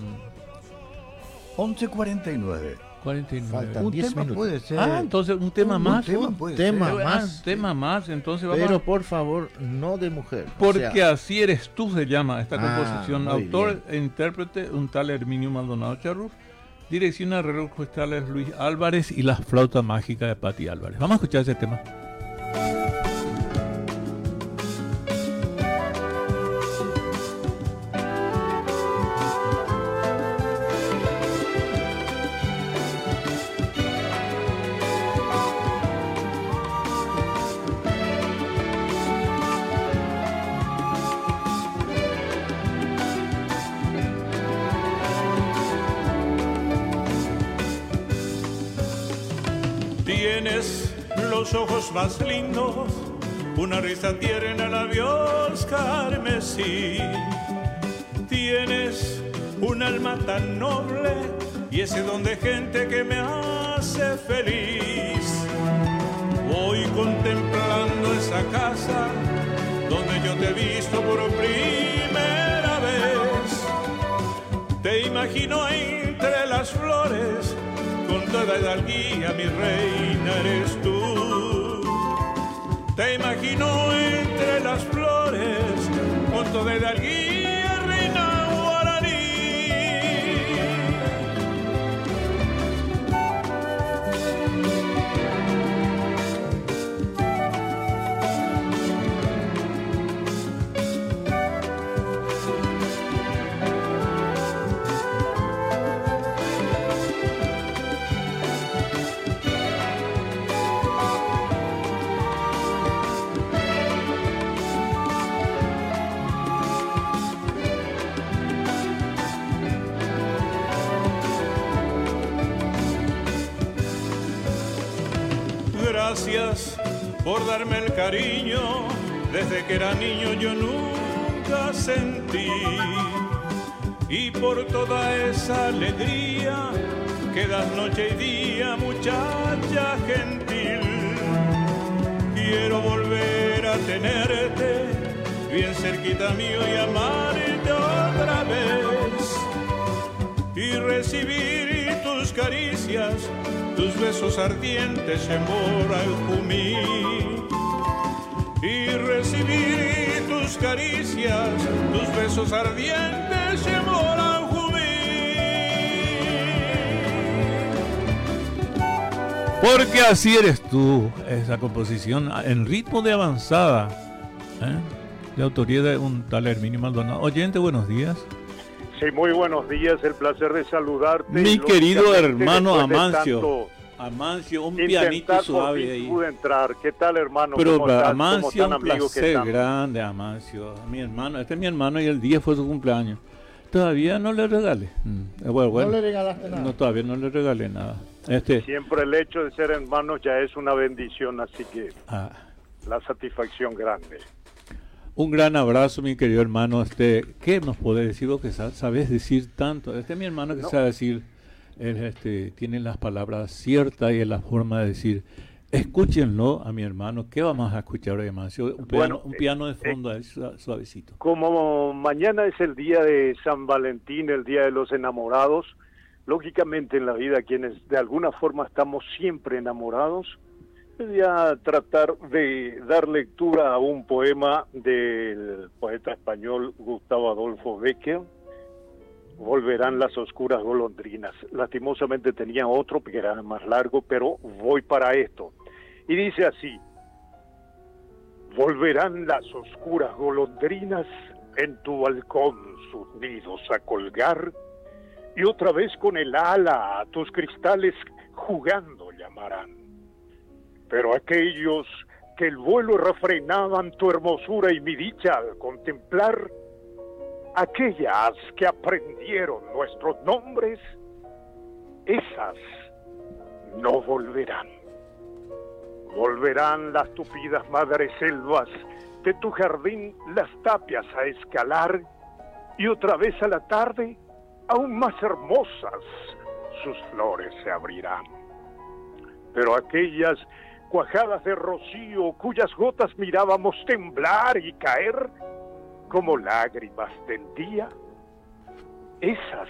once cuarenta y nueve. cuarenta y nueve. Faltan Un diez tema minutos. puede ser. Ah, entonces un tema Un más. tema Un puede tema ser. Ah, más. un tema más. Entonces vamos Pero a... por favor, no de mujer. o Porque sea, así eres tú se llama esta Ah, composición. muy Autor e intérprete un tal Herminio Maldonado Charruf. Dirección arreglo orquestales Luis Álvarez y la flauta mágica de Patti Álvarez. Vamos a escuchar ese tema. Tienes los ojos más lindos, una risa tierna, labios carmesí. Tienes un alma tan noble y ese don de gente que me hace feliz. Voy contemplando esa casa donde yo te he visto por primera vez. Te imagino entre las flores, con toda hidalguía mi reina eres tú. Te imagino esquinó entre las flores, monto de Dalguía, reina guaraní. Gracias por darme el cariño, desde que era niño yo nunca sentí. Y por toda esa alegría que das noche y día, muchacha gentil. Quiero volver a tenerte bien cerquita mío y amarte otra vez. Y recibir tus caricias, tus besos ardientes en Moraljumí. Y recibir tus caricias, tus besos ardientes en Moraljumí. Porque así eres tú, esa composición en ritmo de avanzada, ¿eh? De autoría de un tal Herminio Maldonado. Oyente, buenos días. Sí, muy buenos días, el placer de saludarte. Mi querido hermano Amancio. Tanto Amancio, un pianito suave ahí. Pude entrar. ¿Qué tal, hermano? Pero ¿Cómo estás? Amancio, ¿Cómo un placer grande, Amancio. Mi hermano, este es mi hermano y el día fue su cumpleaños. Todavía no le regalé. Mm. Bueno, bueno, no le regalaste nada. No, todavía no le regalé nada. Este, Siempre el hecho de ser hermanos ya es una bendición, así que ah, la satisfacción grande. un gran abrazo, mi querido hermano. Este, ¿qué nos puede decir vos que sabes decir tanto? Este es mi hermano que No. sabe decir, él, este, tiene las palabras ciertas y la forma de decir. Escúchenlo a mi hermano. ¿Qué vamos a escuchar hoy, Amancio? Un piano, Bueno, un piano de eh, fondo ahí, su- suavecito. Como mañana es el día de San Valentín, el día de los enamorados, lógicamente en la vida quienes de alguna forma estamos siempre enamorados, voy a tratar de dar lectura a un poema del poeta español Gustavo Adolfo Bécquer, Volverán las oscuras golondrinas. Lastimosamente tenía otro que era más largo, pero voy para esto. Y dice así: volverán las oscuras golondrinas en tu balcón sus nidos a colgar, y otra vez con el ala a tus cristales jugando llamarán. Pero aquellos que el vuelo refrenaban tu hermosura y mi dicha al contemplar, aquellas que aprendieron nuestros nombres, esas no volverán. Volverán las tupidas madreselvas de tu jardín, las tapias a escalar, y otra vez a la tarde, aún más hermosas, sus flores se abrirán. Pero aquellas cuajadas de rocío cuyas gotas mirábamos temblar y caer como lágrimas del día, esas,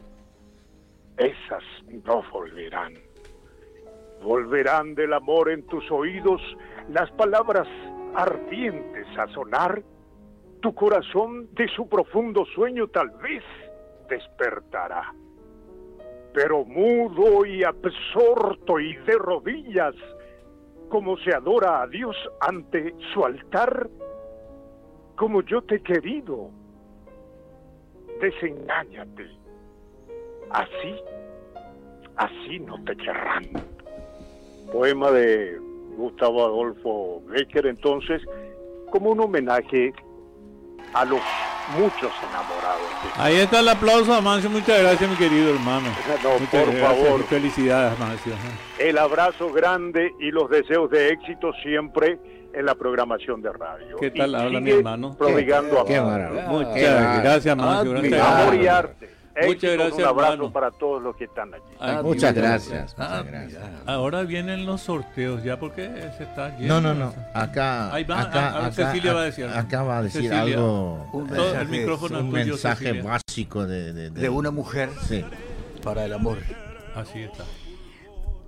esas no volverán. Volverán del amor en tus oídos las palabras ardientes a sonar, tu corazón de su profundo sueño tal vez despertará. Pero mudo y absorto y de rodillas, como se adora a Dios ante su altar, como yo te he querido, desengáñate. Así, así no te querrán. Poema de Gustavo Adolfo Bécquer, entonces, como un homenaje a los muchos enamorados. Ahí está el aplauso, Amancio. Muchas gracias, mi querido hermano. No, Muchas por gracias favor. y felicidades, Amancio. El abrazo grande y los deseos de éxito siempre en la programación de radio. ¿Qué tal Y habla mi sigue hermano? Prodigando Qué amor. maravilla. Muchas Qué bar- gracias, Amancio. Ah, Gracias. Amor y arte. Muchas Éxitos, gracias, un abrazo hermano. para todos los que están allí. Ay, Muchas qué gracias, Ah, muchas gracias. Ahora vienen los sorteos ya porque se está No, lleno. no, no. Acá, Ahí va, acá, a- a- acá, Cecilia va a decir algo. acá va a decir Cecilia. algo, Un Todo el mensaje, micrófono es un tuyo, mensaje Cecilia. básico de, de, de- de una mujer Sí. para el amor. Así está.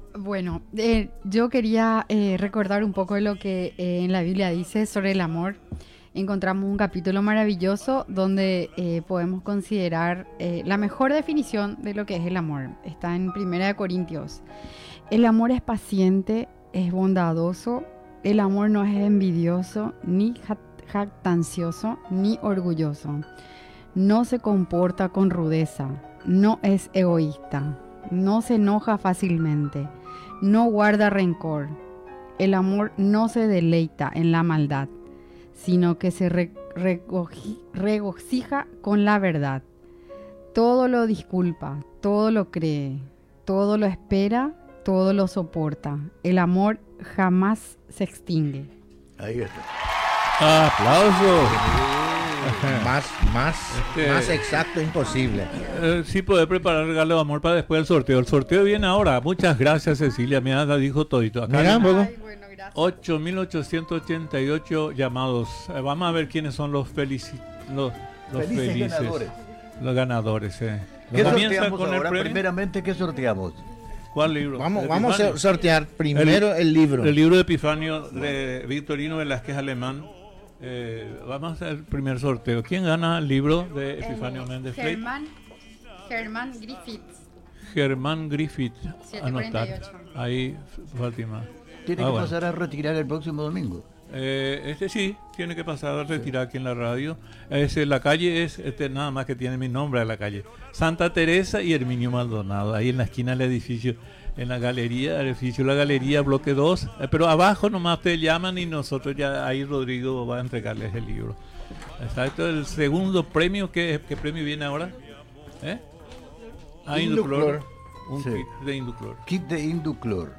Bueno, eh, yo quería eh, recordar un poco de lo que eh, en la Biblia dice sobre el amor. Encontramos un capítulo maravilloso donde eh, podemos considerar eh, la mejor definición de lo que es el amor. Está en Primera de Corintios. El amor es paciente, es bondadoso. El amor no es envidioso, ni jactancioso, ni orgulloso. No se comporta con rudeza, no es egoísta, no se enoja fácilmente, no guarda rencor. El amor no se deleita en la maldad, sino que se re- regoji- regocija con la verdad. Todo lo disculpa, todo lo cree, todo lo espera, todo lo soporta. El amor jamás se extingue. Ahí está. ¡Aplausos! Más, más, Este- más exacto imposible. Eh, sí, poder preparar el regalo de amor para después del sorteo. El sorteo viene ahora. Muchas gracias, Cecilia. Mira, la dijo todito. Acá Mira, hay poco. Ay, bueno, gracias. ocho mil ochocientos ochenta y ocho llamados. Eh, vamos a ver quiénes son los, felici los, los Felices felices. ganadores. Los ganadores, eh. ¿Qué Comienza sorteamos con el ahora? premio. Primeramente, ¿qué sorteamos? ¿Cuál libro? Vamos, ¿De vamos Epifanio? a sortear primero el, libro. El libro de Epifanio de Victorino Velázquez Alemán. Eh, vamos a hacer el primer sorteo. ¿Quién gana el libro de Epifanio Eh, Méndez Frey? Germán, Germán Griffiths. Germán Griffith. siete Anotar. cuarenta y ocho. Ahí, Fátima. Tiene Ah, que bueno. pasar a retirar el próximo domingo. Eh, este sí, tiene que pasar a retirar aquí en la radio. Ese, la calle es, este nada más que tiene mi nombre de la calle. Santa Teresa y Herminio Maldonado, ahí en la esquina del edificio, en la galería, el edificio La Galería, bloque dos. Eh, pero abajo nomás te llaman y nosotros ya, ahí Rodrigo va a entregarles el libro. Exacto, el segundo premio, ¿qué, qué premio viene ahora? ¿Eh? Ah, Induclor. Induclor. Un Sí. kit de Induclor. Kit de Induclor.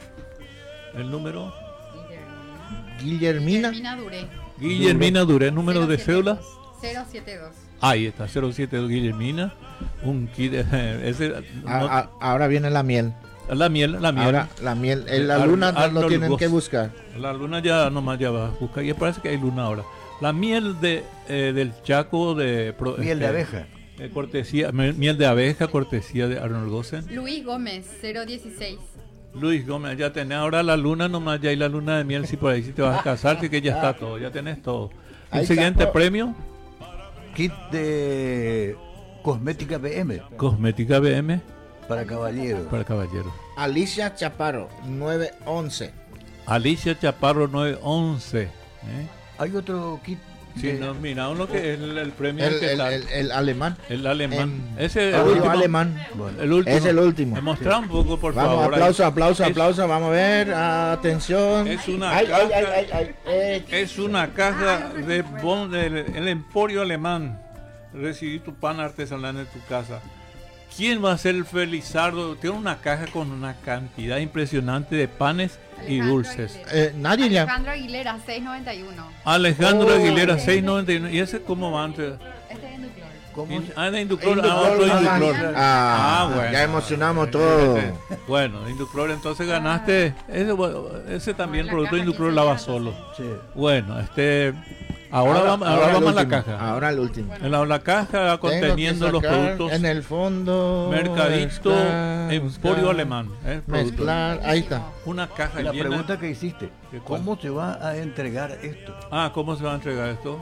El número, Guillermina. Guillermina Duré. Guillermina Duré, número de cédula. cero siete dos. Ahí está, cero siete dos Guillermina. Un kit. de- ese, A- no- a- ahora viene la miel. la miel, la miel. Ahora la miel. eh, La Ar- luna lo Arnold tienen Voss. que buscar. La luna ya nomás ya va a buscar. Y parece que hay luna ahora. La miel de eh, del Chaco de. pro- Miel de este, abeja. eh, cortesía, me- miel de abeja, cortesía de Arnold Gossen. Luis Gómez, cero dieciséis. Luis Gómez, ya tenés ahora la luna nomás, ya hay la luna de miel, si por ahí si te vas a casar, sí que ya está todo, ya tenés todo. Ahí El siguiente está. premio, Kit de cosmética B M cosmética B M para caballeros. para caballeros. Alicia Chaparro, nueve once. Alicia Chaparro nueve once. ¿eh? Hay otro kit. Sí, de- no, mira, uno que es el, el premio El, que el, está- el, el alemán. el alemán. en Ese el audio último. alemán. Bueno, El último. Es el último. Mostrar un poco, por Vamos, favor. aplauso, ahí. aplauso, Es- aplauso. Vamos a ver. Atención. Es una Ay, ay, caja. ay, ay, ay. Eh, Es una caja de bon del el Emporio Alemán. Recibí tu pan artesanal en tu casa. ¿Quién va a ser el Felizardo? Tiene una caja con una cantidad impresionante de panes y Alejandro dulces. Aguilera. eh, nadie ya. Alejandro Aguilera, seis noventa y uno. Alejandro Oh. Aguilera, seis noventa y uno. ¿Y ese cómo va antes? Este es Induclor. ¿cómo In- se- Ah, de Induclor. Induclor, Ah, otro ah, Induclor. Ah, Ah, bueno. ya emocionamos todo. Bueno, Induclor, entonces ganaste. Ese, bueno, ese también, La producto caja Induclor que lava se solo. Sí. Bueno, este. Ahora, vamos, ahora el vamos a la último, caja. Ahora el último. En la, la caja Tengo conteniendo que los sacar productos. En el fondo. Mercadito mezclar, Emporio buscar, Alemán. ¿eh? Producto. Mezclar. Ahí está. Una caja La llena. pregunta que hiciste, ¿De cuál? ¿cómo se va a entregar esto? Ah, ¿cómo se va a entregar esto?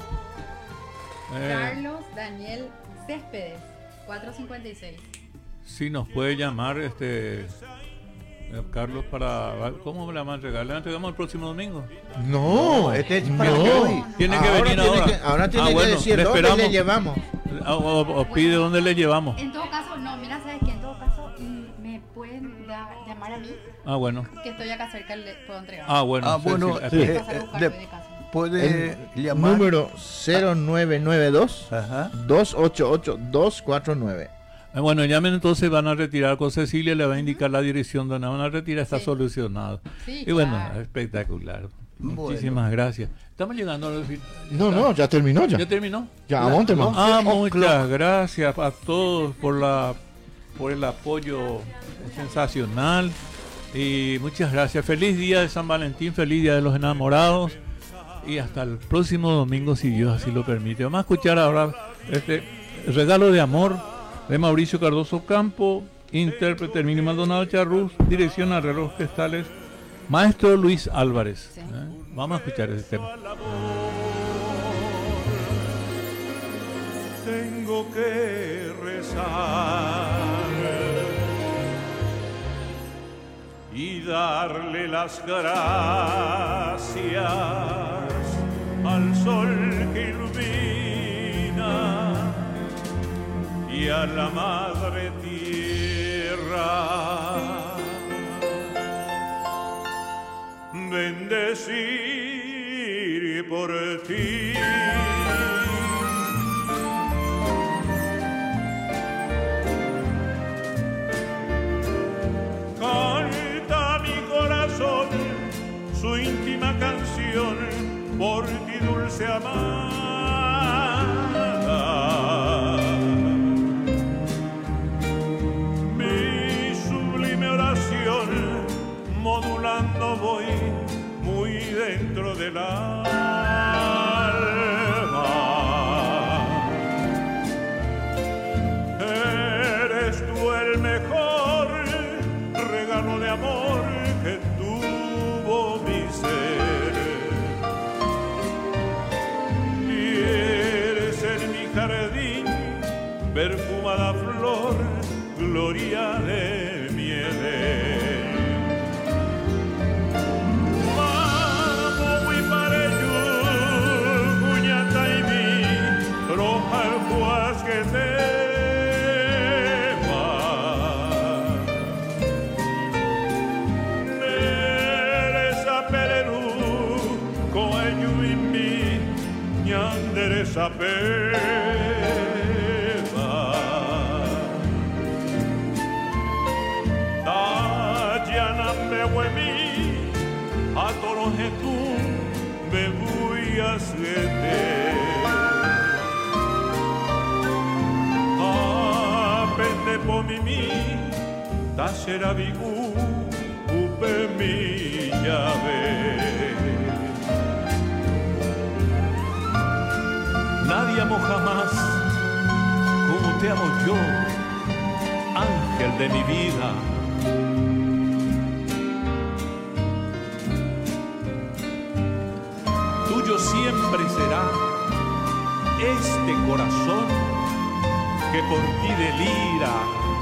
Eh, Carlos Daniel Céspedes, cuatrocientos cincuenta y seis. sí, nos puede llamar este eh, Carlos para. ¿Cómo le vamos a entregar? ¿Le entregamos el próximo domingo? No, este es para no. hoy. Tiene que Ahora venir tiene ahora. que- ahora tiene Ah, que bueno, decir le dónde esperamos. le llevamos. Ah, O, o- o pide dónde le llevamos. En todo caso, no, mira, ¿sabes qué? En todo caso, mm, me pueden da- llamar a mí, Ah, bueno. que estoy acá cerca, le puedo entregar. Ah, bueno. Ah, sí, bueno, sí, eh, Pasar a eh, buscar, de- voy de casa. puede El llamar. número cero nueve nueve dos, Ajá. dos ocho ocho, dos cuatro nueve. Eh, Bueno, llamen entonces, van a retirar con Cecilia, le va a indicar la dirección donde van a retirar, está Sí. solucionado. Sí, Y bueno, claro. espectacular. Bueno. Muchísimas gracias. Estamos llegando a los... No, no, ya terminó ya. ¿Ya terminó? Ya, Monteman. Ah, Once muchas gracias a todos por la por el apoyo sensacional y muchas gracias. Feliz día de San Valentín, feliz día de los enamorados y hasta el próximo domingo si Dios así lo permite. Vamos a escuchar ahora este regalo de amor de Mauricio Cardoso Campo intérprete Herminio Maldonado Charrús, dirección Arreglos Orquestales, maestro Luis Álvarez. Sí. ¿Eh? Vamos a escuchar ese tema. Tengo que rezar y darle las gracias al sol que ilumina y a la madre tierra. Bendecir por ti canta mi corazón su íntima canción por ti, dulce amada. Mi sublime oración modulando voy muy dentro del alma. Eres tú el mejor regalo de amor que tuvo mi ser, y eres en mi jardín perfumada flor, gloria de mi Edén. Que tema Nereza Perú Coelho y mi Ñandereza Peba Tayana Mehuemi Atorojetu Bebuya Siete Pomimi, Tashera Bigu, Upe mi llave. Nadie amó jamás como te amo yo, ángel de mi vida. Tuyo siempre será este corazón que por ti delira.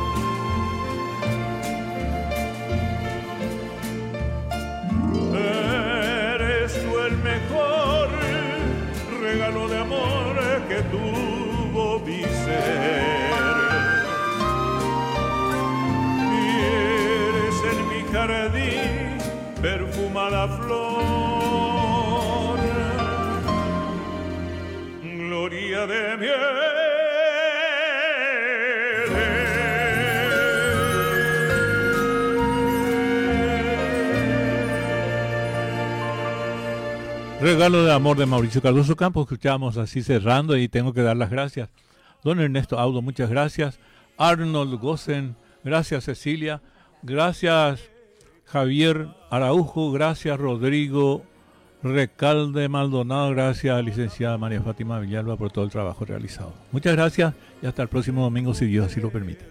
Eres tú el mejor regalo de amor que tuvo mi ser, y eres en mi jardín perfumada flor, gloria de mi Regalo de amor de Mauricio Cardoso Campos, escuchamos así cerrando, y tengo que dar las gracias. Don Ernesto Audo, muchas gracias. Arnold Gossen, gracias Cecilia. Gracias Javier Araujo, gracias Rodrigo Recalde Maldonado, gracias licenciada María Fátima Villalba por todo el trabajo realizado. Muchas gracias y hasta el próximo domingo si Dios así lo permite.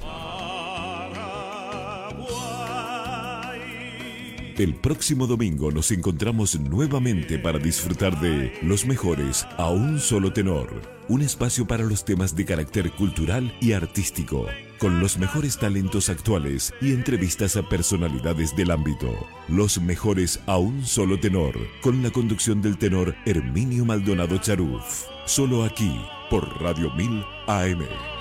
El próximo domingo nos encontramos nuevamente para disfrutar de Los Mejores a un Solo Tenor, un espacio para los temas de carácter cultural y artístico, con los mejores talentos actuales y entrevistas a personalidades del ámbito. Los Mejores a un Solo Tenor, con la conducción del tenor Herminio Maldonado Charrús, solo aquí por Radio mil A M.